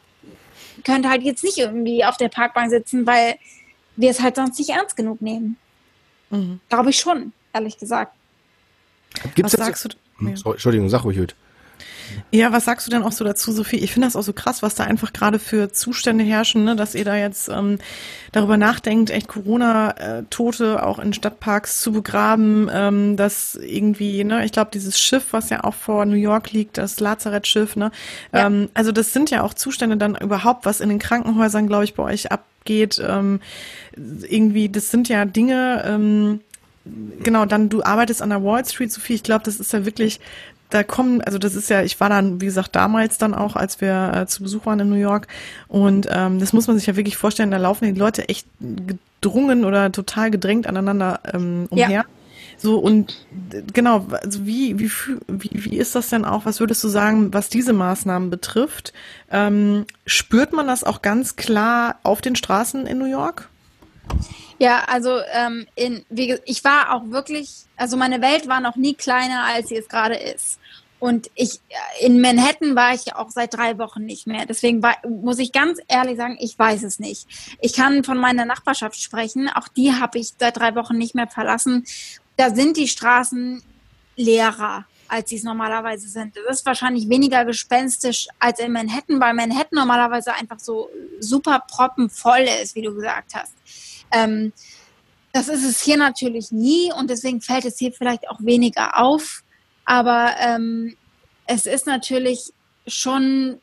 könnt halt jetzt nicht irgendwie auf der Parkbank sitzen, weil wir es halt sonst nicht ernst genug nehmen. Mhm. Glaube ich schon, ehrlich gesagt. Gibt's Was sagst du? Hm, Entschuldigung, sag ruhig, Jut. Ja, was sagst du denn auch so dazu, Sophie? Ich finde das auch so krass, was da einfach gerade für Zustände herrschen, ne? Dass ihr da jetzt ähm, darüber nachdenkt, echt Corona-Tote auch in Stadtparks zu begraben, ähm, dass irgendwie, ne, ich glaube, dieses Schiff, was ja auch vor New York liegt, das Lazarett-Schiff, ne, ja. ähm, also das sind ja auch Zustände dann überhaupt, was in den Krankenhäusern, glaube ich, bei euch abgeht, ähm, irgendwie, das sind ja Dinge, ähm, genau, dann du arbeitest an der Wall Street, Sophie, ich glaube, das ist ja wirklich, da kommen, also das ist ja, ich war dann, wie gesagt, damals dann auch, als wir äh, zu Besuch waren in New York und ähm, das muss man sich ja wirklich vorstellen, da laufen die Leute echt gedrungen oder total gedrängt aneinander ähm, umher. Ja. So und genau, also wie, wie, wie, wie ist das denn auch, was würdest du sagen, was diese Maßnahmen betrifft? Ähm, spürt man das auch ganz klar auf den Straßen in New York? Ja, also ähm, in, wie, ich war auch wirklich, also meine Welt war noch nie kleiner, als sie es gerade ist. Und ich in Manhattan war ich auch seit drei Wochen nicht mehr. Deswegen war, muss ich ganz ehrlich sagen, ich weiß es nicht. Ich kann von meiner Nachbarschaft sprechen. Auch die habe ich seit drei Wochen nicht mehr verlassen. Da sind die Straßen leerer, als sie es normalerweise sind. Das ist wahrscheinlich weniger gespenstisch als in Manhattan, weil Manhattan normalerweise einfach so super proppenvoll ist, wie du gesagt hast. Ähm, das ist es hier natürlich nie und deswegen fällt es hier vielleicht auch weniger auf. Aber ähm, es ist natürlich schon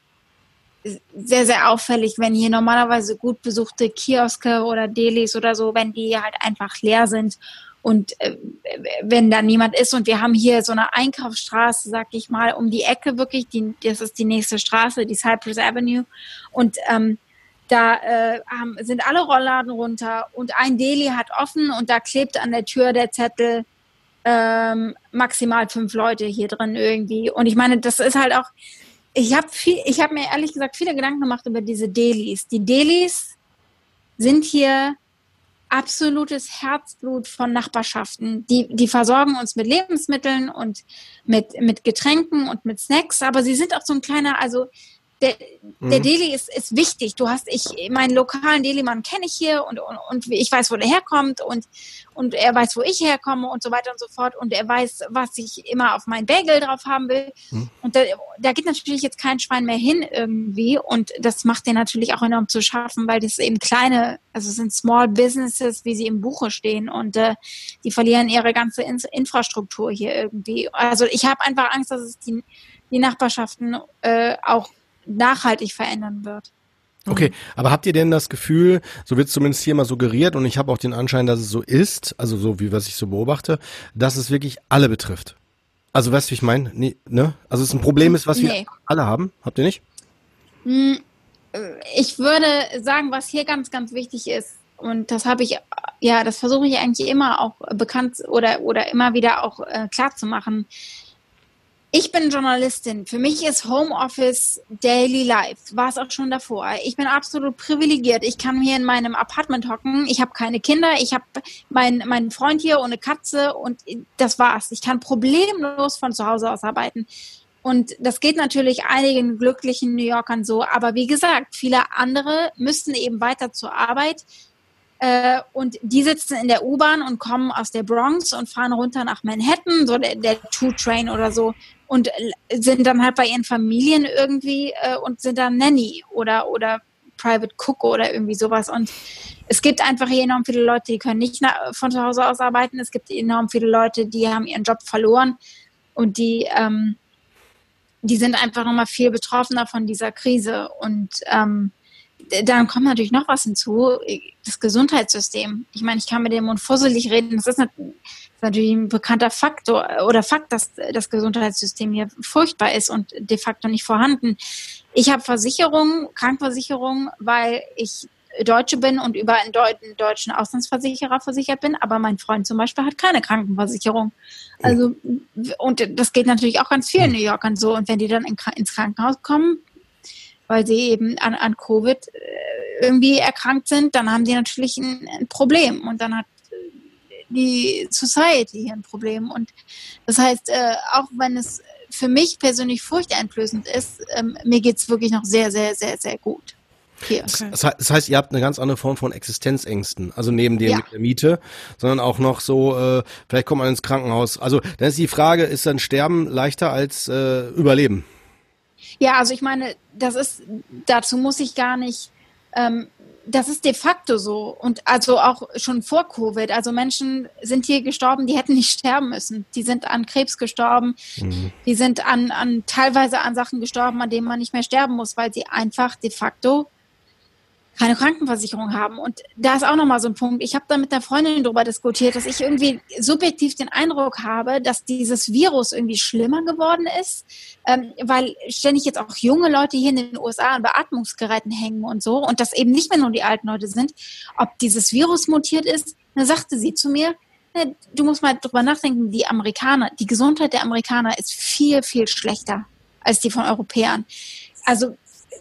sehr, sehr auffällig, wenn hier normalerweise gut besuchte Kioske oder Delis oder so, wenn die halt einfach leer sind und äh, wenn da niemand ist. Und wir haben hier so eine Einkaufsstraße, sag ich mal, um die Ecke wirklich, die, das ist die nächste Straße, die Cypress Avenue. Und ähm, Da äh, haben, sind alle Rollladen runter und ein Deli hat offen und da klebt an der Tür der Zettel ähm, maximal fünf Leute hier drin irgendwie. Und ich meine, das ist halt auch, ich habe viel, ich habe mir ehrlich gesagt viele Gedanken gemacht über diese Delis. Die Delis sind hier absolutes Herzblut von Nachbarschaften. Die, die versorgen uns mit Lebensmitteln und mit, mit Getränken und mit Snacks, aber sie sind auch so ein kleiner, also Der, der mhm. Deli ist, ist wichtig. Du hast, ich, meinen lokalen Deli-Mann kenne ich hier und, und, und ich weiß, wo der herkommt und, und er weiß, wo ich herkomme und so weiter und so fort und er weiß, was ich immer auf meinen Bagel drauf haben will. Mhm. Und da, da geht natürlich jetzt kein Schwein mehr hin irgendwie und das macht den natürlich auch enorm zu schaffen, weil das eben kleine, also es sind Small Businesses, wie sie im Buche stehen und äh, die verlieren ihre ganze In- Infrastruktur hier irgendwie. Also ich habe einfach Angst, dass es die, die Nachbarschaften äh, auch nachhaltig verändern wird. Okay, aber habt ihr denn das Gefühl, so wird es zumindest hier mal suggeriert und ich habe auch den Anschein, dass es so ist, also so wie was ich so beobachte, dass es wirklich alle betrifft? Also weißt du, wie ich meine? Nee, ne? Also es ein Problem ist, was nee. wir alle haben. Habt ihr nicht? Ich würde sagen, was hier ganz, ganz wichtig ist, und das habe ich, ja, das versuche ich eigentlich immer auch bekannt oder, oder immer wieder auch äh, klar zu machen. Ich bin Journalistin. Für mich ist Homeoffice Daily Life. War es auch schon davor. Ich bin absolut privilegiert. Ich kann hier in meinem Apartment hocken. Ich habe keine Kinder. Ich habe meinen meinen Freund hier ohne Katze und das war's. Ich kann problemlos von zu Hause aus arbeiten. Und das geht natürlich einigen glücklichen New Yorkern so. Aber wie gesagt, viele andere müssen eben weiter zur Arbeit. Und die sitzen in der U-Bahn und kommen aus der Bronx und fahren runter nach Manhattan, so der, der Two-Train oder so, und sind dann halt bei ihren Familien irgendwie äh, und sind dann Nanny oder, oder Private Cook oder irgendwie sowas. Und es gibt einfach hier enorm viele Leute, die können nicht na- von zu Hause aus arbeiten. Es gibt enorm viele Leute, die haben ihren Job verloren und die, ähm, die sind einfach nochmal viel betroffener von dieser Krise. Und ähm, dann kommt natürlich noch was hinzu, das Gesundheitssystem. Ich meine, ich kann mit dem Mund fusselig reden. Das ist natürlich ein bekannter Faktor oder Fakt, dass das Gesundheitssystem hier furchtbar ist und de facto nicht vorhanden. Ich habe Versicherung, Krankenversicherung, weil ich Deutsche bin und über einen deutschen Auslandsversicherer versichert bin, aber mein Freund zum Beispiel hat keine Krankenversicherung. Also, und das geht natürlich auch ganz vielen New Yorkern so. Und wenn die dann in, ins Krankenhaus kommen, weil sie eben an, an Covid äh, irgendwie erkrankt sind, dann haben die natürlich ein, ein Problem und dann hat die Society hier ein Problem. Und das heißt, äh, auch wenn es für mich persönlich furchteinflößend ist, ähm, mir geht's wirklich noch sehr, sehr, sehr, sehr gut. Hier. Okay. Das heißt, ihr habt eine ganz andere Form von Existenzängsten, also neben dem ja. der Miete, sondern auch noch so, äh, vielleicht kommt man ins Krankenhaus. Also dann ist die Frage, ist dann Sterben leichter als äh, Überleben? Ja, also ich meine, das ist, dazu muss ich gar nicht, ähm, das ist de facto so und also auch schon vor Covid, also Menschen sind hier gestorben, die hätten nicht sterben müssen. Die sind an Krebs gestorben, mhm. die sind an, an teilweise an Sachen gestorben, an denen man nicht mehr sterben muss, weil sie einfach de facto keine Krankenversicherung haben. Und da ist auch nochmal so ein Punkt. Ich habe da mit einer Freundin darüber diskutiert, dass ich irgendwie subjektiv den Eindruck habe, dass dieses Virus irgendwie schlimmer geworden ist, ähm, weil ständig jetzt auch junge Leute hier in den U S A an Beatmungsgeräten hängen und so und das eben nicht mehr nur die alten Leute sind. Ob dieses Virus mutiert ist, da sagte sie zu mir, ne, du musst mal drüber nachdenken, die Amerikaner, die Gesundheit der Amerikaner ist viel, viel schlechter als die von Europäern. Also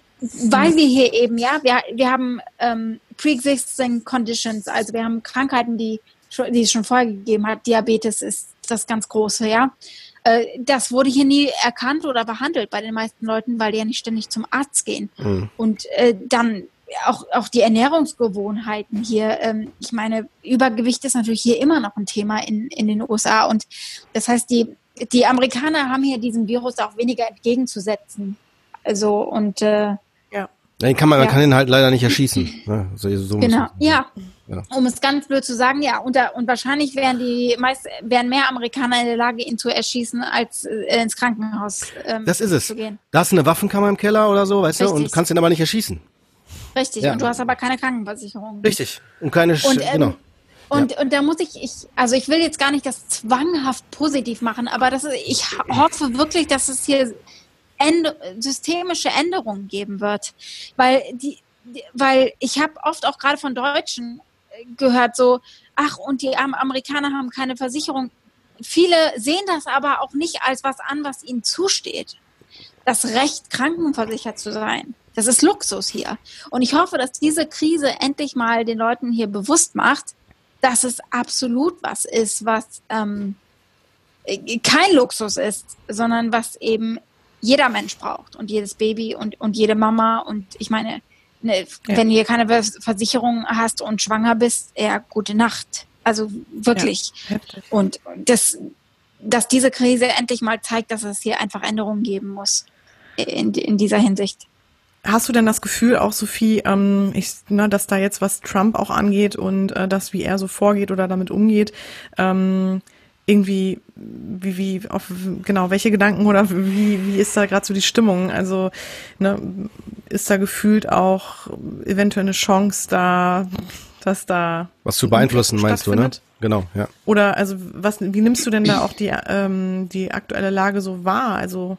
weil wir hier eben, ja, wir, wir haben ähm, pre-existing conditions, also wir haben Krankheiten, die, die es schon vorher gegeben hat. Diabetes ist das ganz große, ja. Äh, das wurde hier nie erkannt oder behandelt bei den meisten Leuten, weil die ja nicht ständig zum Arzt gehen. Mhm. Und äh, dann auch, auch die Ernährungsgewohnheiten hier. Ähm, ich meine, Übergewicht ist natürlich hier immer noch ein Thema in, in den U S A. Und das heißt, die, die Amerikaner haben hier diesem Virus auch weniger entgegenzusetzen. Also, und äh, ja. Den kann man, man ja. kann ihn halt leider nicht erschießen. Ja, so, so genau, ja. ja. Um es ganz blöd zu sagen, ja. Und, da, und wahrscheinlich wären die meist wären mehr Amerikaner in der Lage, ihn zu erschießen, als äh, ins Krankenhaus ähm, das ist es. zu gehen. Da hast du eine Waffenkammer im Keller oder so, weißt Richtig. du, und kannst ihn aber nicht erschießen. Richtig, ja. Und du hast aber keine Krankenversicherung. Richtig. Und keine, Sch- und, ähm, genau. Und, ja. und da muss ich, ich, also ich will jetzt gar nicht das zwanghaft positiv machen, aber das ist, ich hoffe wirklich, dass es hier Änd- systemische Änderungen geben wird, weil die, die weil ich habe oft auch gerade von Deutschen gehört so, ach und die Amerikaner haben keine Versicherung. Viele sehen das aber auch nicht als was an, was ihnen zusteht. Das Recht, krankenversichert zu sein. Das ist Luxus hier. Und ich hoffe, dass diese Krise endlich mal den Leuten hier bewusst macht, dass es absolut was ist, was ähm, kein Luxus ist, sondern was eben jeder Mensch braucht und jedes Baby und, und jede Mama. Und ich meine, ne, ja. wenn du hier keine Versicherung hast und schwanger bist, ja, gute Nacht. Also wirklich. Ja. Und das, dass diese Krise endlich mal zeigt, dass es hier einfach Änderungen geben muss in, in dieser Hinsicht. Hast du denn das Gefühl auch, Sophie, ähm, ich, ne, dass da jetzt, was Trump auch angeht und äh, das, wie er so vorgeht oder damit umgeht, ähm, irgendwie, wie, wie, auf, genau, welche Gedanken oder wie, wie ist da gerade so die Stimmung? Also, ne, ist da gefühlt auch eventuell eine Chance da, dass da was zu beeinflussen, meinst du, ne? Genau, ja. Oder, also, was, wie nimmst du denn da auch die, ähm, die aktuelle Lage so wahr? Also,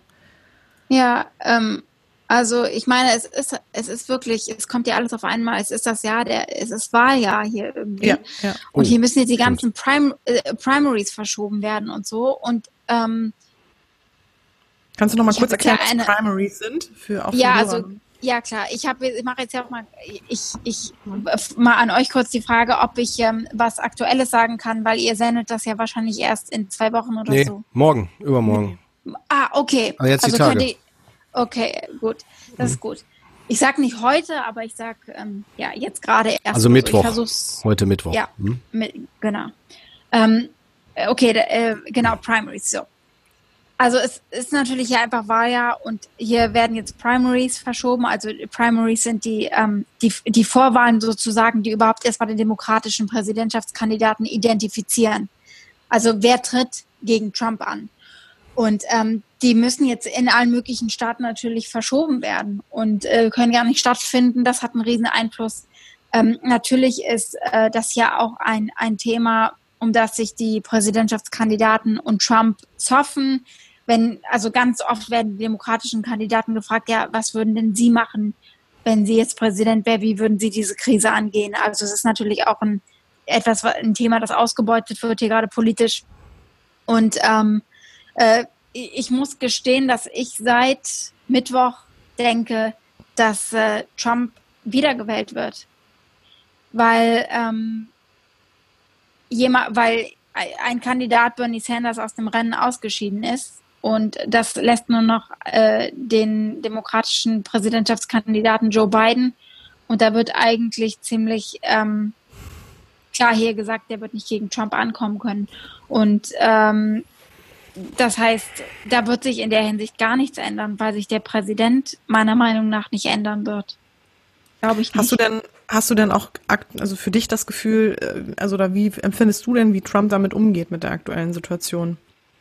ja, ähm, Also ich meine, es ist es ist wirklich, es kommt ja alles auf einmal. Es ist das Jahr der, es ist Wahljahr hier irgendwie. Ja, ja. Und hier müssen jetzt die ganzen Prim, äh, Primaries verschoben werden und so. Und ähm, kannst du noch mal kurz erklären, ja eine, was Primaries sind für auch Ja, also ja klar. Ich habe, ich mache jetzt ja auch mal, ich ich mal an euch kurz die Frage, ob ich ähm, was Aktuelles sagen kann, weil ihr sendet das ja wahrscheinlich erst in zwei Wochen oder nee, so. Morgen, übermorgen. Ah, okay. Aber jetzt also die Tage. Könnt ihr, Okay, gut. Das ist gut. Ich sag nicht heute, aber ich sag ähm, ja jetzt gerade erst. Also Mittwoch. Also ich heute Mittwoch. Ja, hm? mit, genau. Ähm, okay, äh, genau, Primaries. So. Also es ist natürlich hier einfach Wahljahr und hier werden jetzt Primaries verschoben. Also Primaries sind die, ähm, die, die Vorwahlen sozusagen, die überhaupt erstmal den demokratischen Präsidentschaftskandidaten identifizieren. Also wer tritt gegen Trump an? Und ähm, die müssen jetzt in allen möglichen Staaten natürlich verschoben werden und äh, können gar nicht stattfinden. Das hat einen riesen Einfluss. Ähm, natürlich ist äh, das ja auch ein, ein Thema, um das sich die Präsidentschaftskandidaten und Trump zoffen. Wenn, also ganz oft werden die demokratischen Kandidaten gefragt, ja, was würden denn Sie machen, wenn Sie jetzt Präsident wären? Wie würden Sie diese Krise angehen? Also es ist natürlich auch ein etwas, ein Thema, das ausgebeutet wird hier gerade politisch. Und ähm, Äh, ich muss gestehen, dass ich seit Mittwoch denke, dass äh, Trump wiedergewählt wird. Weil, ähm, jemand, weil ein Kandidat, Bernie Sanders, aus dem Rennen ausgeschieden ist. Und das lässt nur noch äh, den demokratischen Präsidentschaftskandidaten Joe Biden. Und da wird eigentlich ziemlich ähm, klar hier gesagt, der wird nicht gegen Trump ankommen können. Und ähm, das heißt, da wird sich in der Hinsicht gar nichts ändern, weil sich der Präsident meiner Meinung nach nicht ändern wird. Glaube ich nicht. Hast du denn, hast du denn auch, also für dich das Gefühl, also oder wie empfindest du denn, wie Trump damit umgeht mit der aktuellen Situation?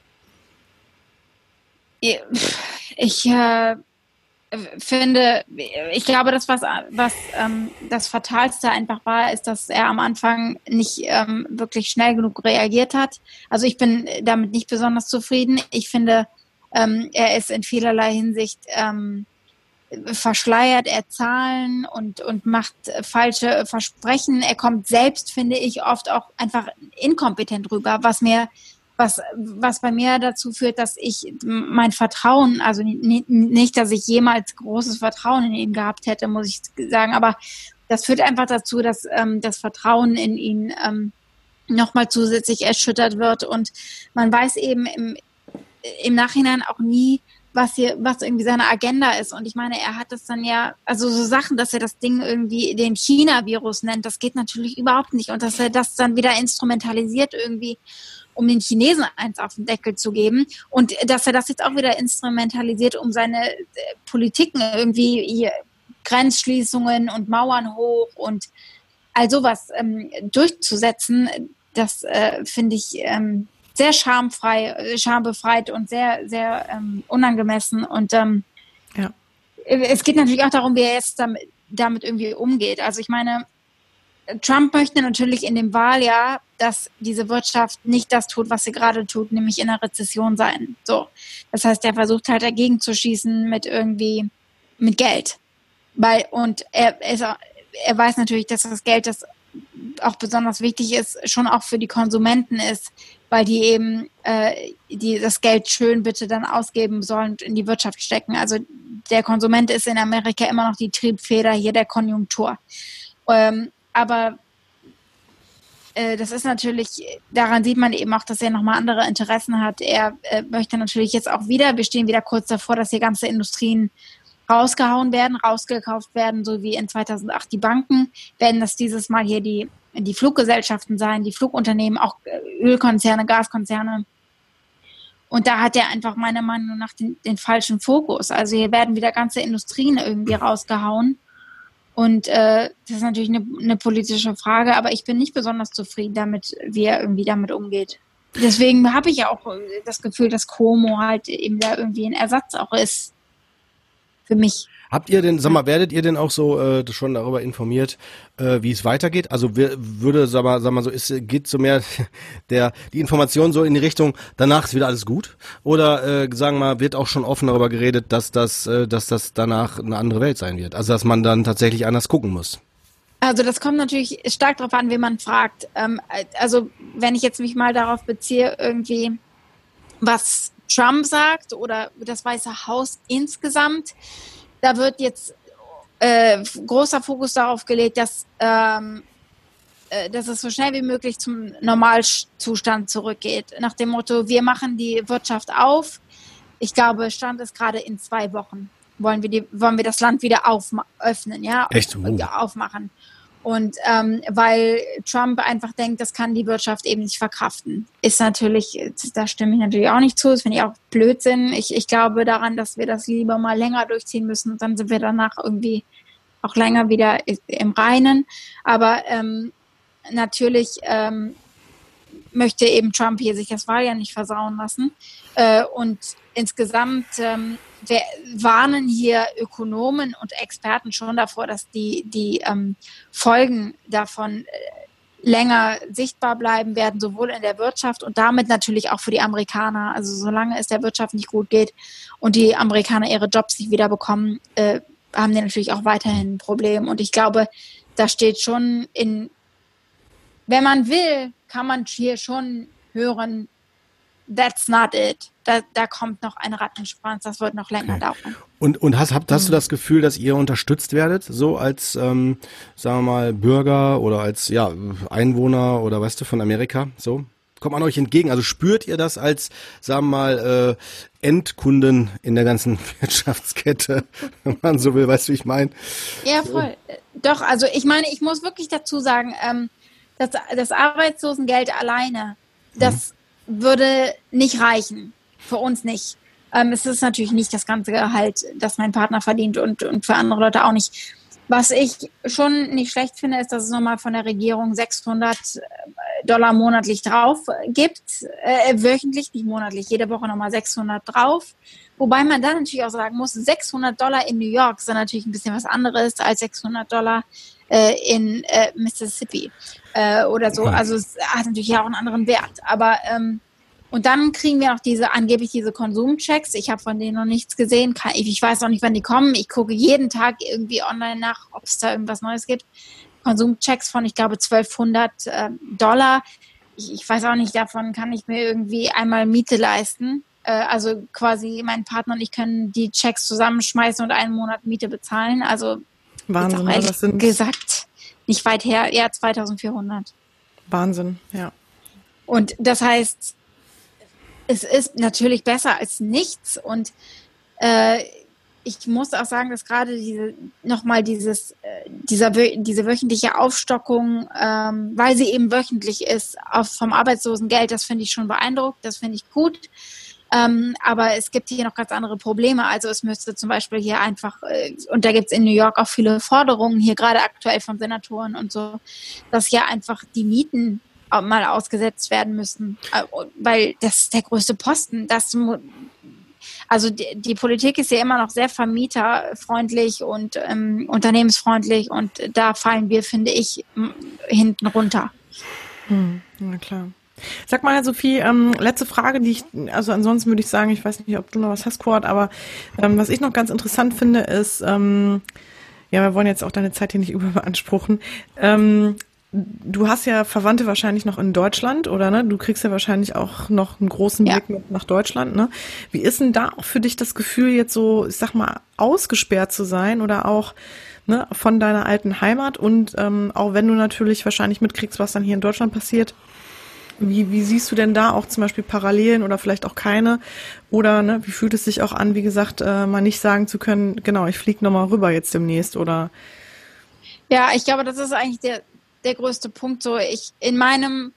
Ich äh, finde, ich glaube, das, was, was ähm, das Fatalste einfach war, ist, dass er am Anfang nicht ähm, wirklich schnell genug reagiert hat. Also ich bin damit nicht besonders zufrieden. Ich finde, ähm, er ist in vielerlei Hinsicht ähm, verschleiert er Zahlen und, und macht falsche Versprechen. Er kommt selbst, finde ich, oft auch einfach inkompetent rüber, was mir Was, was bei mir dazu führt, dass ich mein Vertrauen, also nicht, dass ich jemals großes Vertrauen in ihn gehabt hätte, muss ich sagen, aber das führt einfach dazu, dass ähm, das Vertrauen in ihn ähm, nochmal zusätzlich erschüttert wird und man weiß eben im, im Nachhinein auch nie, was hier, was irgendwie seine Agenda ist. Und ich meine, er hat das dann ja, also so Sachen, dass er das Ding irgendwie den China-Virus nennt, das geht natürlich überhaupt nicht. Und dass er das dann wieder instrumentalisiert irgendwie, um den Chinesen eins auf den Deckel zu geben. Und dass er das jetzt auch wieder instrumentalisiert, um seine äh, Politiken irgendwie hier, Grenzschließungen und Mauern hoch und all sowas ähm, durchzusetzen, das äh, finde ich ähm, sehr schamfrei, schambefreit und sehr, sehr ähm, unangemessen. Und ähm, ja. Es geht natürlich auch darum, wie er jetzt damit, damit irgendwie umgeht. Also ich meine, Trump möchte natürlich in dem Wahljahr, dass diese Wirtschaft nicht das tut, was sie gerade tut, nämlich in einer Rezession sein. So. Das heißt, er versucht halt dagegen zu schießen mit irgendwie, mit Geld. Weil, und er, er, er weiß natürlich, dass das Geld, das auch besonders wichtig ist, schon auch für die Konsumenten ist, weil die eben äh, die das Geld schön bitte dann ausgeben sollen und in die Wirtschaft stecken. Also der Konsument ist in Amerika immer noch die Triebfeder hier der Konjunktur. Ähm, aber äh, das ist natürlich, daran sieht man eben auch, dass er nochmal andere Interessen hat. Er äh, möchte natürlich jetzt auch wieder, wir stehen wieder kurz davor, dass hier ganze Industrien rausgehauen werden, rausgekauft werden, so wie in zweitausendacht die Banken, werden das dieses Mal hier die, die Fluggesellschaften sein, die Flugunternehmen, auch Ölkonzerne, Gaskonzerne. Und da hat er einfach meiner Meinung nach den, den falschen Fokus. Also hier werden wieder ganze Industrien irgendwie rausgehauen. Und äh, das ist natürlich eine, eine politische Frage, aber ich bin nicht besonders zufrieden damit, wie er irgendwie damit umgeht. Deswegen habe ich ja auch das Gefühl, dass Cuomo halt eben da irgendwie ein Ersatz auch ist. Für mich. Habt ihr denn, sag mal, werdet ihr denn auch so äh, schon darüber informiert, äh, wie es weitergeht? Also wir, würde, sag mal, sag mal so, ist, geht so mehr der die Information so in die Richtung, danach ist wieder alles gut? Oder äh, sagen wir mal, wird auch schon offen darüber geredet, dass das, äh, dass das danach eine andere Welt sein wird? Also dass man dann tatsächlich anders gucken muss? Also das kommt natürlich stark darauf an, wen man fragt. Ähm, also wenn ich jetzt mich mal darauf beziehe, irgendwie was Trump sagt oder das Weiße Haus insgesamt, da wird jetzt äh, großer Fokus darauf gelegt, dass, ähm, äh, dass es so schnell wie möglich zum Normalzustand zurückgeht. Nach dem Motto, wir machen die Wirtschaft auf. Ich glaube, Stand ist gerade in zwei Wochen. Wollen wir, die, wollen wir das Land wieder aufma- öffnen, ja? Echt? Oh. Ja, aufmachen. Und ähm, weil Trump einfach denkt, das kann die Wirtschaft eben nicht verkraften. Ist natürlich, da stimme ich natürlich auch nicht zu, das finde ich auch Blödsinn. Ich, ich glaube daran, dass wir das lieber mal länger durchziehen müssen und dann sind wir danach irgendwie auch länger wieder im Reinen. Aber ähm, natürlich ähm, möchte eben Trump hier sich das Wahljahr nicht versauen lassen. Äh, und insgesamt ähm, wir warnen hier Ökonomen und Experten schon davor, dass die, die ähm, Folgen davon äh, länger sichtbar bleiben werden, sowohl in der Wirtschaft und damit natürlich auch für die Amerikaner. Also solange es der Wirtschaft nicht gut geht und die Amerikaner ihre Jobs nicht wieder bekommen, äh, haben die natürlich auch weiterhin ein Problem. Und ich glaube, da steht schon in, wenn man will, kann man hier schon hören, that's not it. Da, da kommt noch ein Rattenschwanz, das wird noch länger okay. dauern. Und, und hast, habt, hast mhm. du das Gefühl, dass ihr unterstützt werdet, so als, ähm, sagen wir mal, Bürger oder als ja Einwohner oder weißt du, von Amerika, so? Kommt man euch entgegen? Also spürt ihr das als, sagen wir mal, äh, Endkunden in der ganzen Wirtschaftskette, wenn man so will, weißt du, wie ich meine? Ja, voll. So. Doch, also ich meine, ich muss wirklich dazu sagen, ähm, das, das Arbeitslosengeld alleine, das mhm. würde nicht reichen. Für uns nicht. Ähm, es ist natürlich nicht das ganze Gehalt, das mein Partner verdient und, und für andere Leute auch nicht. Was ich schon nicht schlecht finde, ist, dass es nochmal von der Regierung sechshundert Dollar monatlich drauf gibt, äh, wöchentlich, nicht monatlich, jede Woche nochmal sechshundert drauf. Wobei man dann natürlich auch sagen muss, sechshundert Dollar in New York sind natürlich ein bisschen was anderes als sechshundert Dollar äh, in äh, Mississippi äh, oder so. Also es hat natürlich auch einen anderen Wert. Aber ähm, und dann kriegen wir noch diese, angeblich diese Konsumchecks. Ich habe von denen noch nichts gesehen. Ich weiß noch nicht, wann die kommen. Ich gucke jeden Tag irgendwie online nach, ob es da irgendwas Neues gibt. Konsumchecks von, ich glaube, zwölfhundert äh, Dollar. Ich, ich weiß auch nicht, davon kann ich mir irgendwie einmal Miete leisten. Äh, also quasi mein Partner und ich können die Checks zusammenschmeißen und einen Monat Miete bezahlen. Also Wahnsinn, auch ehrlich das sind gesagt, nicht weit her, eher zweitausendvierhundert. Wahnsinn, ja. Und das heißt, es ist natürlich besser als nichts und äh, ich muss auch sagen, dass gerade diese nochmal dieses äh, dieser diese wöchentliche Aufstockung, ähm, weil sie eben wöchentlich ist, auf, vom Arbeitslosengeld, das finde ich schon beeindruckt, das finde ich gut. Ähm, aber es gibt hier noch ganz andere Probleme. Also es müsste zum Beispiel hier einfach, äh, und da gibt es in New York auch viele Forderungen, hier gerade aktuell von Senatoren und so, dass hier einfach die Mieten mal ausgesetzt werden müssen, weil das ist der größte Posten. Das, also die, die Politik ist ja immer noch sehr vermieterfreundlich und ähm, unternehmensfreundlich und da fallen wir, finde ich, hinten runter. Hm, na klar. Sag mal, Sophie, ähm, letzte Frage, die ich, also ansonsten würde ich sagen, ich weiß nicht, ob du noch was hast, Kurt, aber ähm, was ich noch ganz interessant finde, ist, ähm, ja, wir wollen jetzt auch deine Zeit hier nicht überbeanspruchen, ähm, du hast ja Verwandte wahrscheinlich noch in Deutschland, oder ne? Du kriegst ja wahrscheinlich auch noch einen großen Blick ja. mit nach Deutschland, ne? Wie ist denn da auch für dich das Gefühl, jetzt so, ich sag mal, ausgesperrt zu sein oder auch ne, von deiner alten Heimat und ähm, auch wenn du natürlich wahrscheinlich mitkriegst, was dann hier in Deutschland passiert, wie, wie siehst du denn da auch zum Beispiel Parallelen oder vielleicht auch keine? Oder ne, wie fühlt es sich auch an, wie gesagt, äh, mal nicht sagen zu können, genau, ich fliege nochmal rüber jetzt demnächst oder? Ja, ich glaube, das ist eigentlich der der größte Punkt, so ich in meinem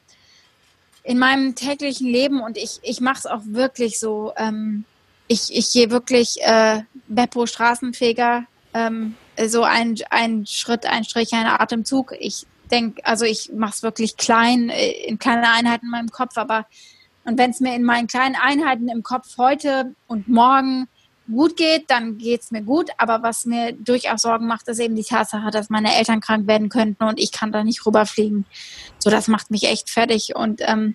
in meinem täglichen Leben und ich ich mache es auch wirklich so, ähm, ich ich gehe wirklich äh, Beppo Straßenfeger, ähm, so ein ein Schritt, ein Strich, ein Atemzug. Ich denke, also ich mache es wirklich klein, in kleine Einheiten in meinem Kopf, aber und wenn es mir in meinen kleinen Einheiten im Kopf heute und morgen gut geht, dann geht's mir gut. Aber was mir durchaus Sorgen macht, ist eben die Tatsache, dass meine Eltern krank werden könnten und ich kann da nicht rüberfliegen. So, das macht mich echt fertig. Und ähm,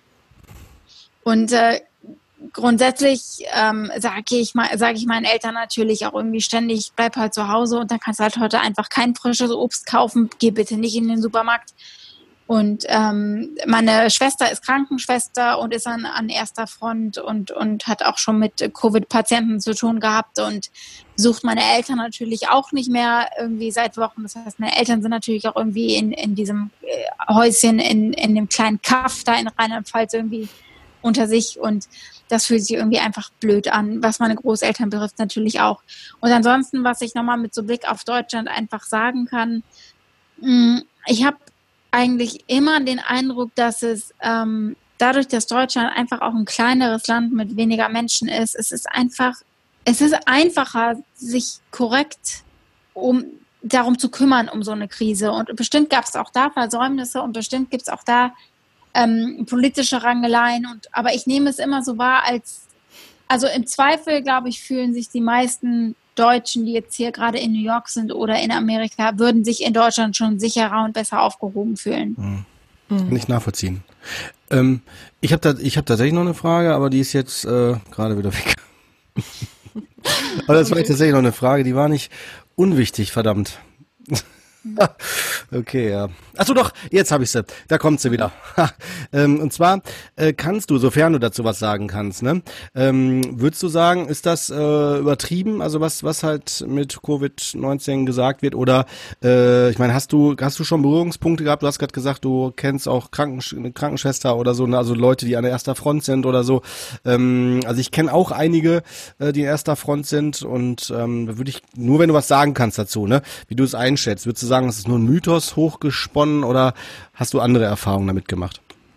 und äh, grundsätzlich ähm, sage ich mal, sage ich meinen Eltern natürlich auch irgendwie ständig, bleib halt zu Hause und dann kannst du halt heute einfach kein frisches Obst kaufen. Geh bitte nicht in den Supermarkt. Und ähm, meine Schwester ist Krankenschwester und ist an, an erster Front und, und hat auch schon mit Covid-Patienten zu tun gehabt und besucht meine Eltern natürlich auch nicht mehr irgendwie seit Wochen. Das heißt, meine Eltern sind natürlich auch irgendwie in, in diesem äh, Häuschen, in, in dem kleinen Kaff da in Rheinland-Pfalz irgendwie unter sich und das fühlt sich irgendwie einfach blöd an, was meine Großeltern betrifft natürlich auch. Und ansonsten, was ich nochmal mit so Blick auf Deutschland einfach sagen kann, mh, ich habe eigentlich immer den Eindruck, dass es ähm, dadurch, dass Deutschland einfach auch ein kleineres Land mit weniger Menschen ist, es ist einfach, es ist einfacher, sich korrekt um darum zu kümmern, um so eine Krise. Und bestimmt gab es auch da Versäumnisse und bestimmt gibt es auch da ähm, politische Rangeleien. Und aber ich nehme es immer so wahr, als also im Zweifel, glaube ich, fühlen sich die meisten Deutschen, die jetzt hier gerade in New York sind oder in Amerika, würden sich in Deutschland schon sicherer und besser aufgehoben fühlen. Mhm. Mhm. Kann ich nachvollziehen. Ähm, ich habe da, ich hab tatsächlich noch eine Frage, aber die ist jetzt äh, gerade wieder weg. Aber das war tatsächlich noch eine Frage, die war nicht unwichtig, verdammt. Okay, ja. Achso, doch, jetzt habe ich sie. Da kommt sie wieder. ähm, und zwar äh, kannst du, sofern du dazu was sagen kannst, ne, ähm, würdest du sagen, ist das äh, übertrieben, also was was halt mit Covid neunzehn gesagt wird? Oder äh, ich meine, hast du hast du schon Berührungspunkte gehabt? Du hast gerade gesagt, du kennst auch Krankensch- eine Krankenschwester oder so, ne? Also Leute, die an der erster Front sind oder so. Ähm, also ich kenne auch einige, äh, die an erster Front sind, und ähm, da würde ich, nur wenn du was sagen kannst dazu, ne, wie du es einschätzt, würdest du sagen, das ist nur ein Mythos hochgesponnen, oder hast du andere Erfahrungen damit gemacht?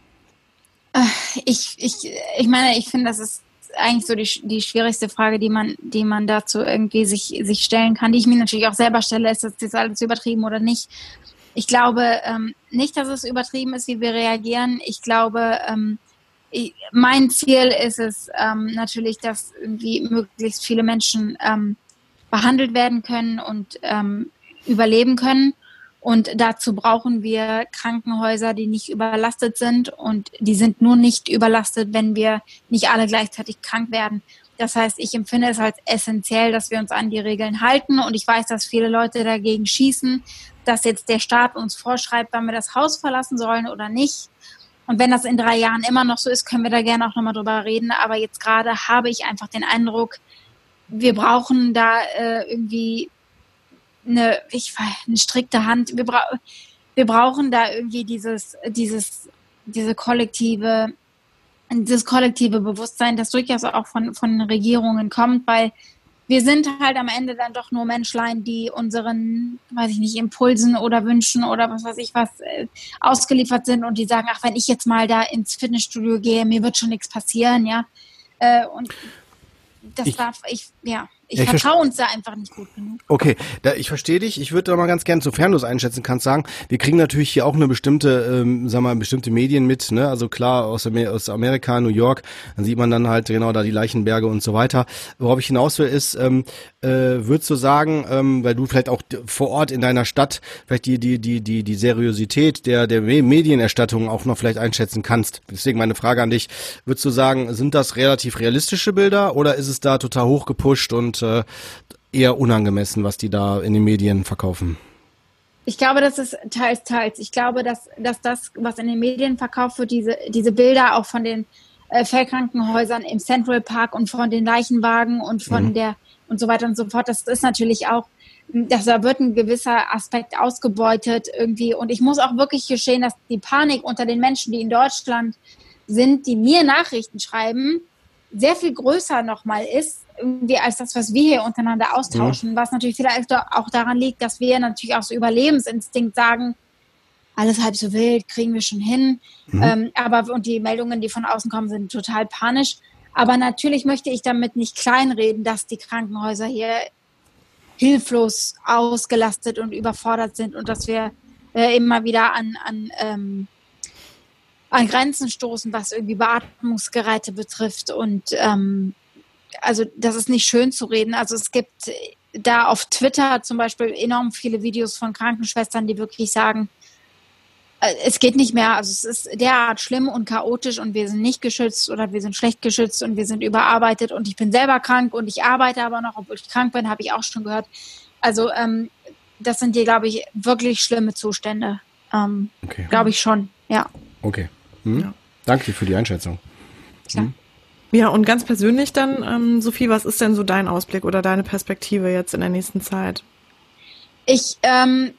Ich, ich, ich meine, ich finde, das ist eigentlich so die, die schwierigste Frage, die man, die man dazu irgendwie sich, sich stellen kann, die ich mir natürlich auch selber stelle. Ist das jetzt alles übertrieben oder nicht? Ich glaube ähm, nicht, dass es übertrieben ist, wie wir reagieren. Ich glaube, ähm, ich, mein Ziel ist es ähm, natürlich, dass irgendwie möglichst viele Menschen ähm, behandelt werden können und ähm, überleben können. Und dazu brauchen wir Krankenhäuser, die nicht überlastet sind. Und die sind nur nicht überlastet, wenn wir nicht alle gleichzeitig krank werden. Das heißt, ich empfinde es als essentiell, dass wir uns an die Regeln halten. Und ich weiß, dass viele Leute dagegen schießen, dass jetzt der Staat uns vorschreibt, wann wir das Haus verlassen sollen oder nicht. Und wenn das in drei Jahren immer noch so ist, können wir da gerne auch nochmal drüber reden. Aber jetzt gerade habe ich einfach den Eindruck, wir brauchen da äh, irgendwie eine, ich, eine strikte Hand. Wir, bra- wir brauchen da irgendwie dieses, dieses, diese kollektive, dieses kollektive Bewusstsein, das durchaus auch von, von Regierungen kommt, weil wir sind halt am Ende dann doch nur Menschlein, die unseren, weiß ich nicht, Impulsen oder Wünschen oder was weiß ich was äh, ausgeliefert sind und die sagen, ach, wenn ich jetzt mal da ins Fitnessstudio gehe, mir wird schon nichts passieren, ja. Äh, und das ich, darf ich, ja, ich, ich vertraue uns da einfach nicht gut genug. Okay, da, ich verstehe dich. Ich würde da mal ganz gern, sofern du es einschätzen kannst, sagen, wir kriegen natürlich hier auch eine bestimmte, ähm, sag mal, bestimmte Medien mit, ne? Also klar, aus, Amer- aus Amerika, New York, dann sieht man dann halt genau da die Leichenberge und so weiter. Worauf ich hinaus will, ist, ähm, äh, würdest du sagen, ähm, weil du vielleicht auch vor Ort in deiner Stadt vielleicht die, die, die, die, die Seriosität der, der Medienerstattung auch noch vielleicht einschätzen kannst. Deswegen meine Frage an dich. Würdest du sagen, sind das relativ realistische Bilder oder ist es da total hochgepusht und äh, eher unangemessen, was die da in den Medien verkaufen? Ich glaube, das ist teils, teils. Ich glaube, dass, dass das, was in den Medien verkauft wird, diese, diese Bilder auch von den äh, Fellkrankenhäusern im Central Park und von den Leichenwagen und von mhm. der und so weiter und so fort, das ist natürlich auch, dass da wird ein gewisser Aspekt ausgebeutet irgendwie. Und ich muss auch wirklich gestehen, dass die Panik unter den Menschen, die in Deutschland sind, die mir Nachrichten schreiben, sehr viel größer nochmal ist, irgendwie als das, was wir hier untereinander austauschen, mhm. was natürlich vielleicht auch daran liegt, dass wir natürlich auch so Überlebensinstinkt sagen, alles halb so wild, kriegen wir schon hin. Mhm. Ähm, aber und die Meldungen, die von außen kommen, sind total panisch. Aber natürlich möchte ich damit nicht kleinreden, dass die Krankenhäuser hier hilflos ausgelastet und überfordert sind und dass wir äh, immer wieder an, an ähm, an Grenzen stoßen, was irgendwie Beatmungsgeräte betrifft. Und ähm, also das ist nicht schön zu reden. Also es gibt da auf Twitter zum Beispiel enorm viele Videos von Krankenschwestern, die wirklich sagen, äh, es geht nicht mehr. Also es ist derart schlimm und chaotisch und wir sind nicht geschützt oder wir sind schlecht geschützt und wir sind überarbeitet und ich bin selber krank und ich arbeite aber noch, obwohl ich krank bin, habe ich auch schon gehört. Also ähm, das sind hier, glaube ich, wirklich schlimme Zustände. Ähm, okay. Glaube ich schon, ja. Okay. Hm? Ja. Danke dir für die Einschätzung. Hm? Ja, und ganz persönlich dann, ähm, Sophie, was ist denn so dein Ausblick oder deine Perspektive jetzt in der nächsten Zeit? Ich, ähm,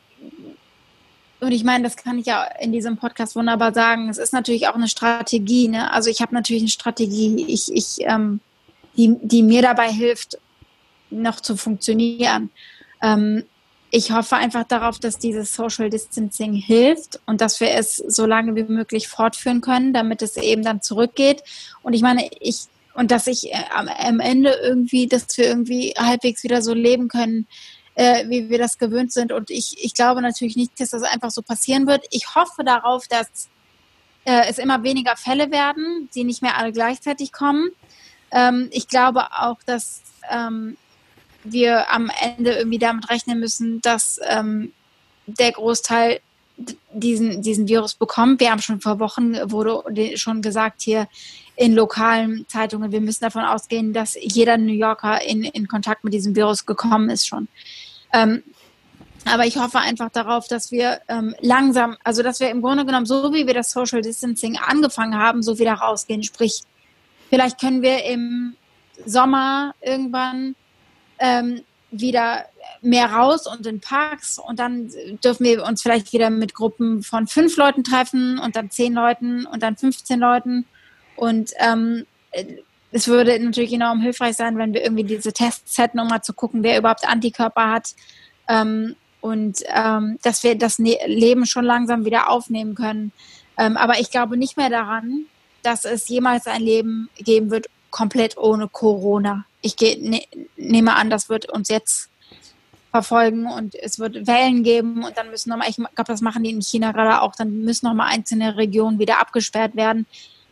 und ich meine, das kann ich ja in diesem Podcast wunderbar sagen, es ist natürlich auch eine Strategie, ne? Also ich habe natürlich eine Strategie, ich, ich, ähm, die, die mir dabei hilft, noch zu funktionieren. Ähm, Ich hoffe einfach darauf, dass dieses Social Distancing hilft und dass wir es so lange wie möglich fortführen können, damit es eben dann zurückgeht. Und ich meine, ich, und dass ich äh, am Ende irgendwie, dass wir irgendwie halbwegs wieder so leben können, äh, wie wir das gewöhnt sind. Und ich, ich glaube natürlich nicht, dass das einfach so passieren wird. Ich hoffe darauf, dass äh, es immer weniger Fälle werden, die nicht mehr alle gleichzeitig kommen. Ähm, ich glaube auch, dass ähm, wir am Ende irgendwie damit rechnen müssen, dass ähm, der Großteil diesen, diesen Virus bekommt. Wir haben schon vor Wochen, wurde schon gesagt hier in lokalen Zeitungen, wir müssen davon ausgehen, dass jeder New Yorker in, in Kontakt mit diesem Virus gekommen ist schon. Ähm, Aber ich hoffe einfach darauf, dass wir ähm, langsam, also dass wir im Grunde genommen, so wie wir das Social Distancing angefangen haben, so wieder rausgehen. Sprich, vielleicht können wir im Sommer irgendwann ähm, wieder mehr raus und in Parks und dann dürfen wir uns vielleicht wieder mit Gruppen von fünf Leuten treffen und dann zehn Leuten und dann fünfzehn Leuten. Und ähm, es würde natürlich enorm hilfreich sein, wenn wir irgendwie diese Tests hätten, um mal zu gucken, wer überhaupt Antikörper hat. Ähm, und ähm, dass wir das ne- Leben schon langsam wieder aufnehmen können. Ähm, aber ich glaube nicht mehr daran, dass es jemals ein Leben geben wird, komplett ohne Corona. Ich geh, ne, nehme an, das wird uns jetzt verfolgen und es wird Wellen geben und dann müssen nochmal, ich glaube, das machen die in China gerade auch, dann müssen nochmal einzelne Regionen wieder abgesperrt werden.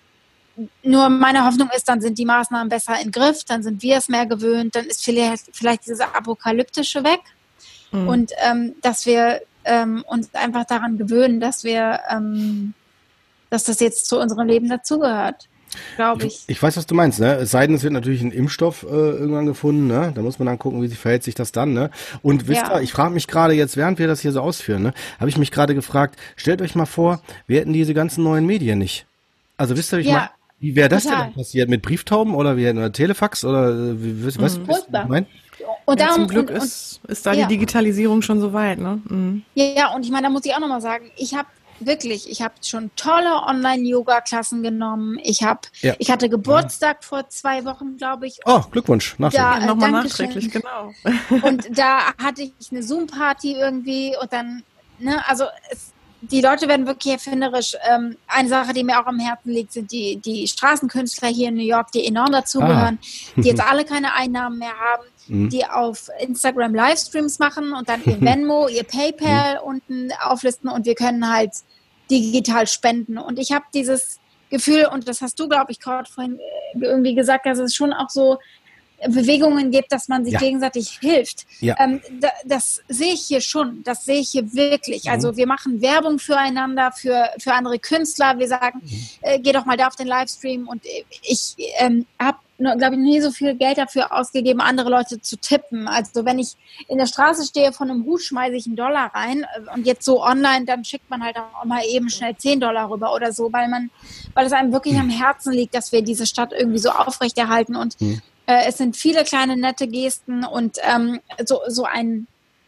Nur meine Hoffnung ist, dann sind die Maßnahmen besser im Griff, dann sind wir es mehr gewöhnt, dann ist vielleicht, vielleicht dieses Apokalyptische weg. Mhm. Und ähm, dass wir ähm, uns einfach daran gewöhnen, dass wir, ähm, dass das jetzt zu unserem Leben dazugehört, glaube ich. ich. Ich weiß, was du meinst, ne? Es sei denn, es wird natürlich ein Impfstoff äh, irgendwann gefunden, ne? Da muss man dann gucken, wie sich verhält sich das dann, ne? Und wisst Ja. ihr, ich frage mich gerade jetzt, während wir das hier so ausführen, ne, habe ich mich gerade gefragt, stellt euch mal vor, wir hätten diese ganzen neuen Medien nicht. Also wisst ihr, wie ich Ja. meine? Wie wäre das Total. denn passiert? Mit Brieftauben oder wie oder Telefax oder äh, wie, was, was, was Furchtbar. ich mein? Und Ja, darum, zum Glück und, und, ist, ist da ja. die Digitalisierung schon so weit, ne? Mhm. Ja, und ich meine, da muss ich auch nochmal sagen, ich habe wirklich, ich habe schon tolle Online-Yoga-Klassen genommen. Ich habe, Ja. ich hatte Geburtstag vor zwei Wochen, glaube ich. Oh, Glückwunsch, nachträglich. Ja, Ja, äh, nochmal Dankeschön. nachträglich, genau. Und da hatte ich eine Zoom-Party irgendwie und dann, ne, also es, die Leute werden wirklich erfinderisch. Ähm, eine Sache, die mir auch am Herzen liegt, sind die, die Straßenkünstler hier in New York, die enorm dazugehören, Ah. die jetzt alle keine Einnahmen mehr haben, Mhm. die auf Instagram Livestreams machen und dann ihr Venmo, ihr PayPal unten auflisten und wir können halt digital spenden. Und ich habe dieses Gefühl, und das hast du, glaube ich, gerade vorhin äh, irgendwie gesagt, dass es schon auch so Bewegungen gibt, dass man sich Ja. gegenseitig hilft. Ja. Ähm, da, das sehe ich hier schon, das sehe ich hier wirklich. Mhm. Also wir machen Werbung füreinander, für, für andere Künstler. Wir sagen, Mhm. äh, geh doch mal da auf den Livestream. Und ich ähm, habe, glaube ich, nie so viel Geld dafür ausgegeben, andere Leute zu tippen. Also wenn ich in der Straße stehe, von einem Hut schmeiße ich einen Dollar rein. Und jetzt so online, dann schickt man halt auch mal eben schnell zehn Dollar rüber oder so, weil man, weil es einem wirklich am Herzen liegt, dass wir diese Stadt irgendwie so aufrechterhalten. Und Mhm. Äh, es sind viele kleine nette Gesten und ähm, so, so ein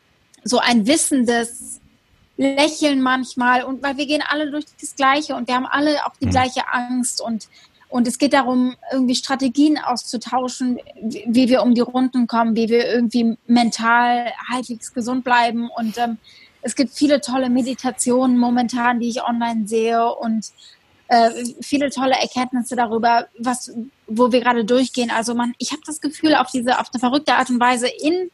so ein wissendes Lächeln manchmal und weil wir gehen alle durch das Gleiche und wir haben alle auch die Mhm. gleiche Angst und und es geht darum, irgendwie Strategien auszutauschen, wie, wie wir um die Runden kommen, wie wir irgendwie mental halbwegs gesund bleiben und ähm, es gibt viele tolle Meditationen momentan, die ich online sehe und äh, viele tolle Erkenntnisse darüber, was, wo wir gerade durchgehen. Also man, ich habe das Gefühl, auf diese, auf eine verrückte Art und Weise in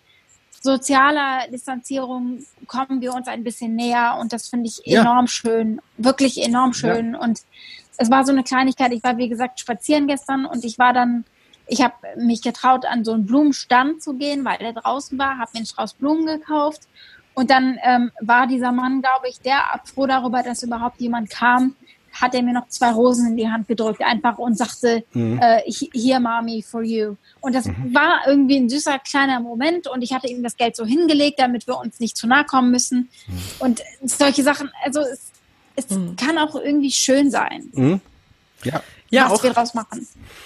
sozialer Distanzierung kommen wir uns ein bisschen näher und das finde ich Ja. enorm schön, wirklich enorm schön. Und es war so eine Kleinigkeit. Ich war, wie gesagt, spazieren gestern und ich war dann, ich habe mich getraut, an so einen Blumenstand zu gehen, weil der draußen war, habe mir einen Strauß Blumen gekauft und dann ähm, war dieser Mann, glaube ich, derart froh darüber, dass überhaupt jemand kam, hat er mir noch zwei Rosen in die Hand gedrückt, einfach und sagte, Mhm. äh, here, Mommy, for you. Und das Mhm. war irgendwie ein süßer, kleiner Moment und ich hatte ihm das Geld so hingelegt, damit wir uns nicht zu nahe kommen müssen. Mhm. Und solche Sachen, also es, es Mhm. kann auch irgendwie schön sein, Mhm. Ja. Ja, was auch wir draus machen.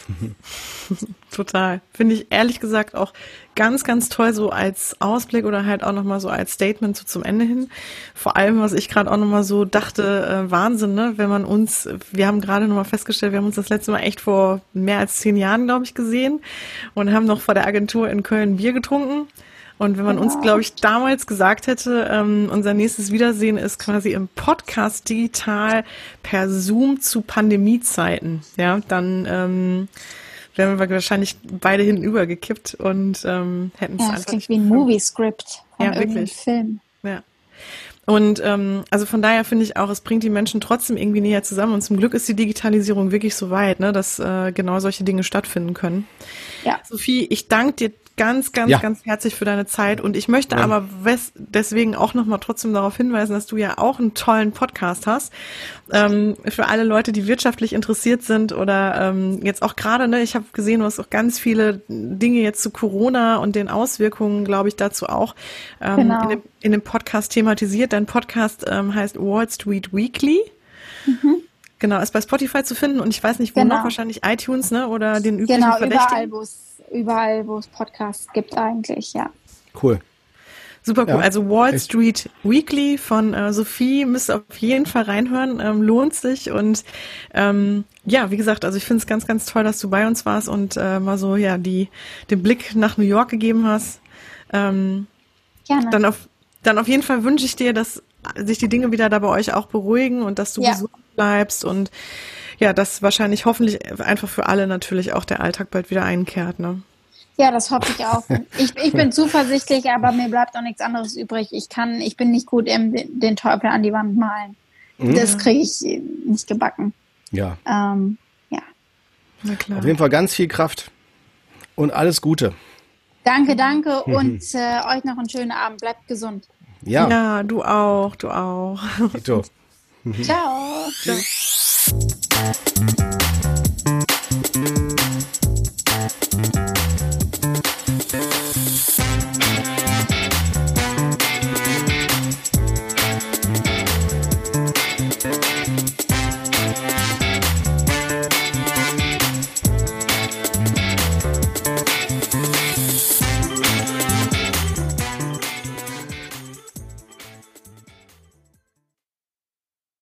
total. Finde ich ehrlich gesagt auch ganz, ganz toll so als Ausblick oder halt auch nochmal so als Statement so zum Ende hin. Vor allem, was ich gerade auch nochmal so dachte, äh, Wahnsinn, ne? Wenn man uns, wir haben gerade nochmal festgestellt, wir haben uns das letzte Mal echt vor mehr als zehn Jahren, glaube ich, gesehen und haben noch vor der Agentur in Köln Bier getrunken. Und wenn man uns, glaube ich, damals gesagt hätte, ähm, unser nächstes Wiedersehen ist quasi im Podcast digital per Zoom zu Pandemiezeiten, ja, dann ähm, wären wir wahrscheinlich beide hinübergekippt und ähm, hätten es Ja, das einfach klingt nicht wie ein gefunden. Movie-Script von Ja, irgendeinem wirklich. Film. Ja. Und ähm, also von daher finde ich auch, es bringt die Menschen trotzdem irgendwie näher zusammen. Und zum Glück ist die Digitalisierung wirklich so weit, ne, dass äh, genau solche Dinge stattfinden können. Ja. Sophie, ich danke dir ganz, ganz, Ja. ganz herzlich für deine Zeit und ich möchte Ja. aber wes- deswegen auch nochmal trotzdem darauf hinweisen, dass du ja auch einen tollen Podcast hast. Ähm, für alle Leute, die wirtschaftlich interessiert sind oder ähm, jetzt auch gerade, ne, ich habe gesehen, du hast auch ganz viele Dinge jetzt zu Corona und den Auswirkungen, glaube ich, dazu auch ähm, Genau. in, dem, in dem Podcast thematisiert. Dein Podcast ähm, heißt Wall Street Weekly. Mhm. Genau, ist bei Spotify zu finden und ich weiß nicht, wo Genau. noch, wahrscheinlich iTunes, ne, oder den üblichen Genau, Verdächtigen. überall, wo es überall, wo es Podcasts gibt eigentlich, ja. Cool. Super cool. Ja, Also Wall echt. Street Weekly von äh, Sophie, müsst ihr auf jeden Fall reinhören, ähm, lohnt sich und ähm, ja, wie gesagt, also ich finde es ganz, ganz toll, dass du bei uns warst und äh, mal so ja die den Blick nach New York gegeben hast. Ähm, Gerne. dann auf dann auf jeden Fall wünsche ich dir, dass sich die Dinge wieder da bei euch auch beruhigen und dass du Ja. gesund bleibst und ja, dass wahrscheinlich hoffentlich einfach für alle natürlich auch der Alltag bald wieder einkehrt, ne? Ja, das hoffe ich auch. Ich, ich bin zuversichtlich, aber mir bleibt auch nichts anderes übrig. Ich kann, ich bin nicht gut im den Teufel an die Wand malen. Das kriege ich nicht gebacken. Ja. Ähm, ja. Na klar. Auf jeden Fall ganz viel Kraft und alles Gute. Danke, danke und äh, euch noch einen schönen Abend. Bleibt gesund. Ja, Ja, du auch, du auch. Tito. Ciao. Ciao.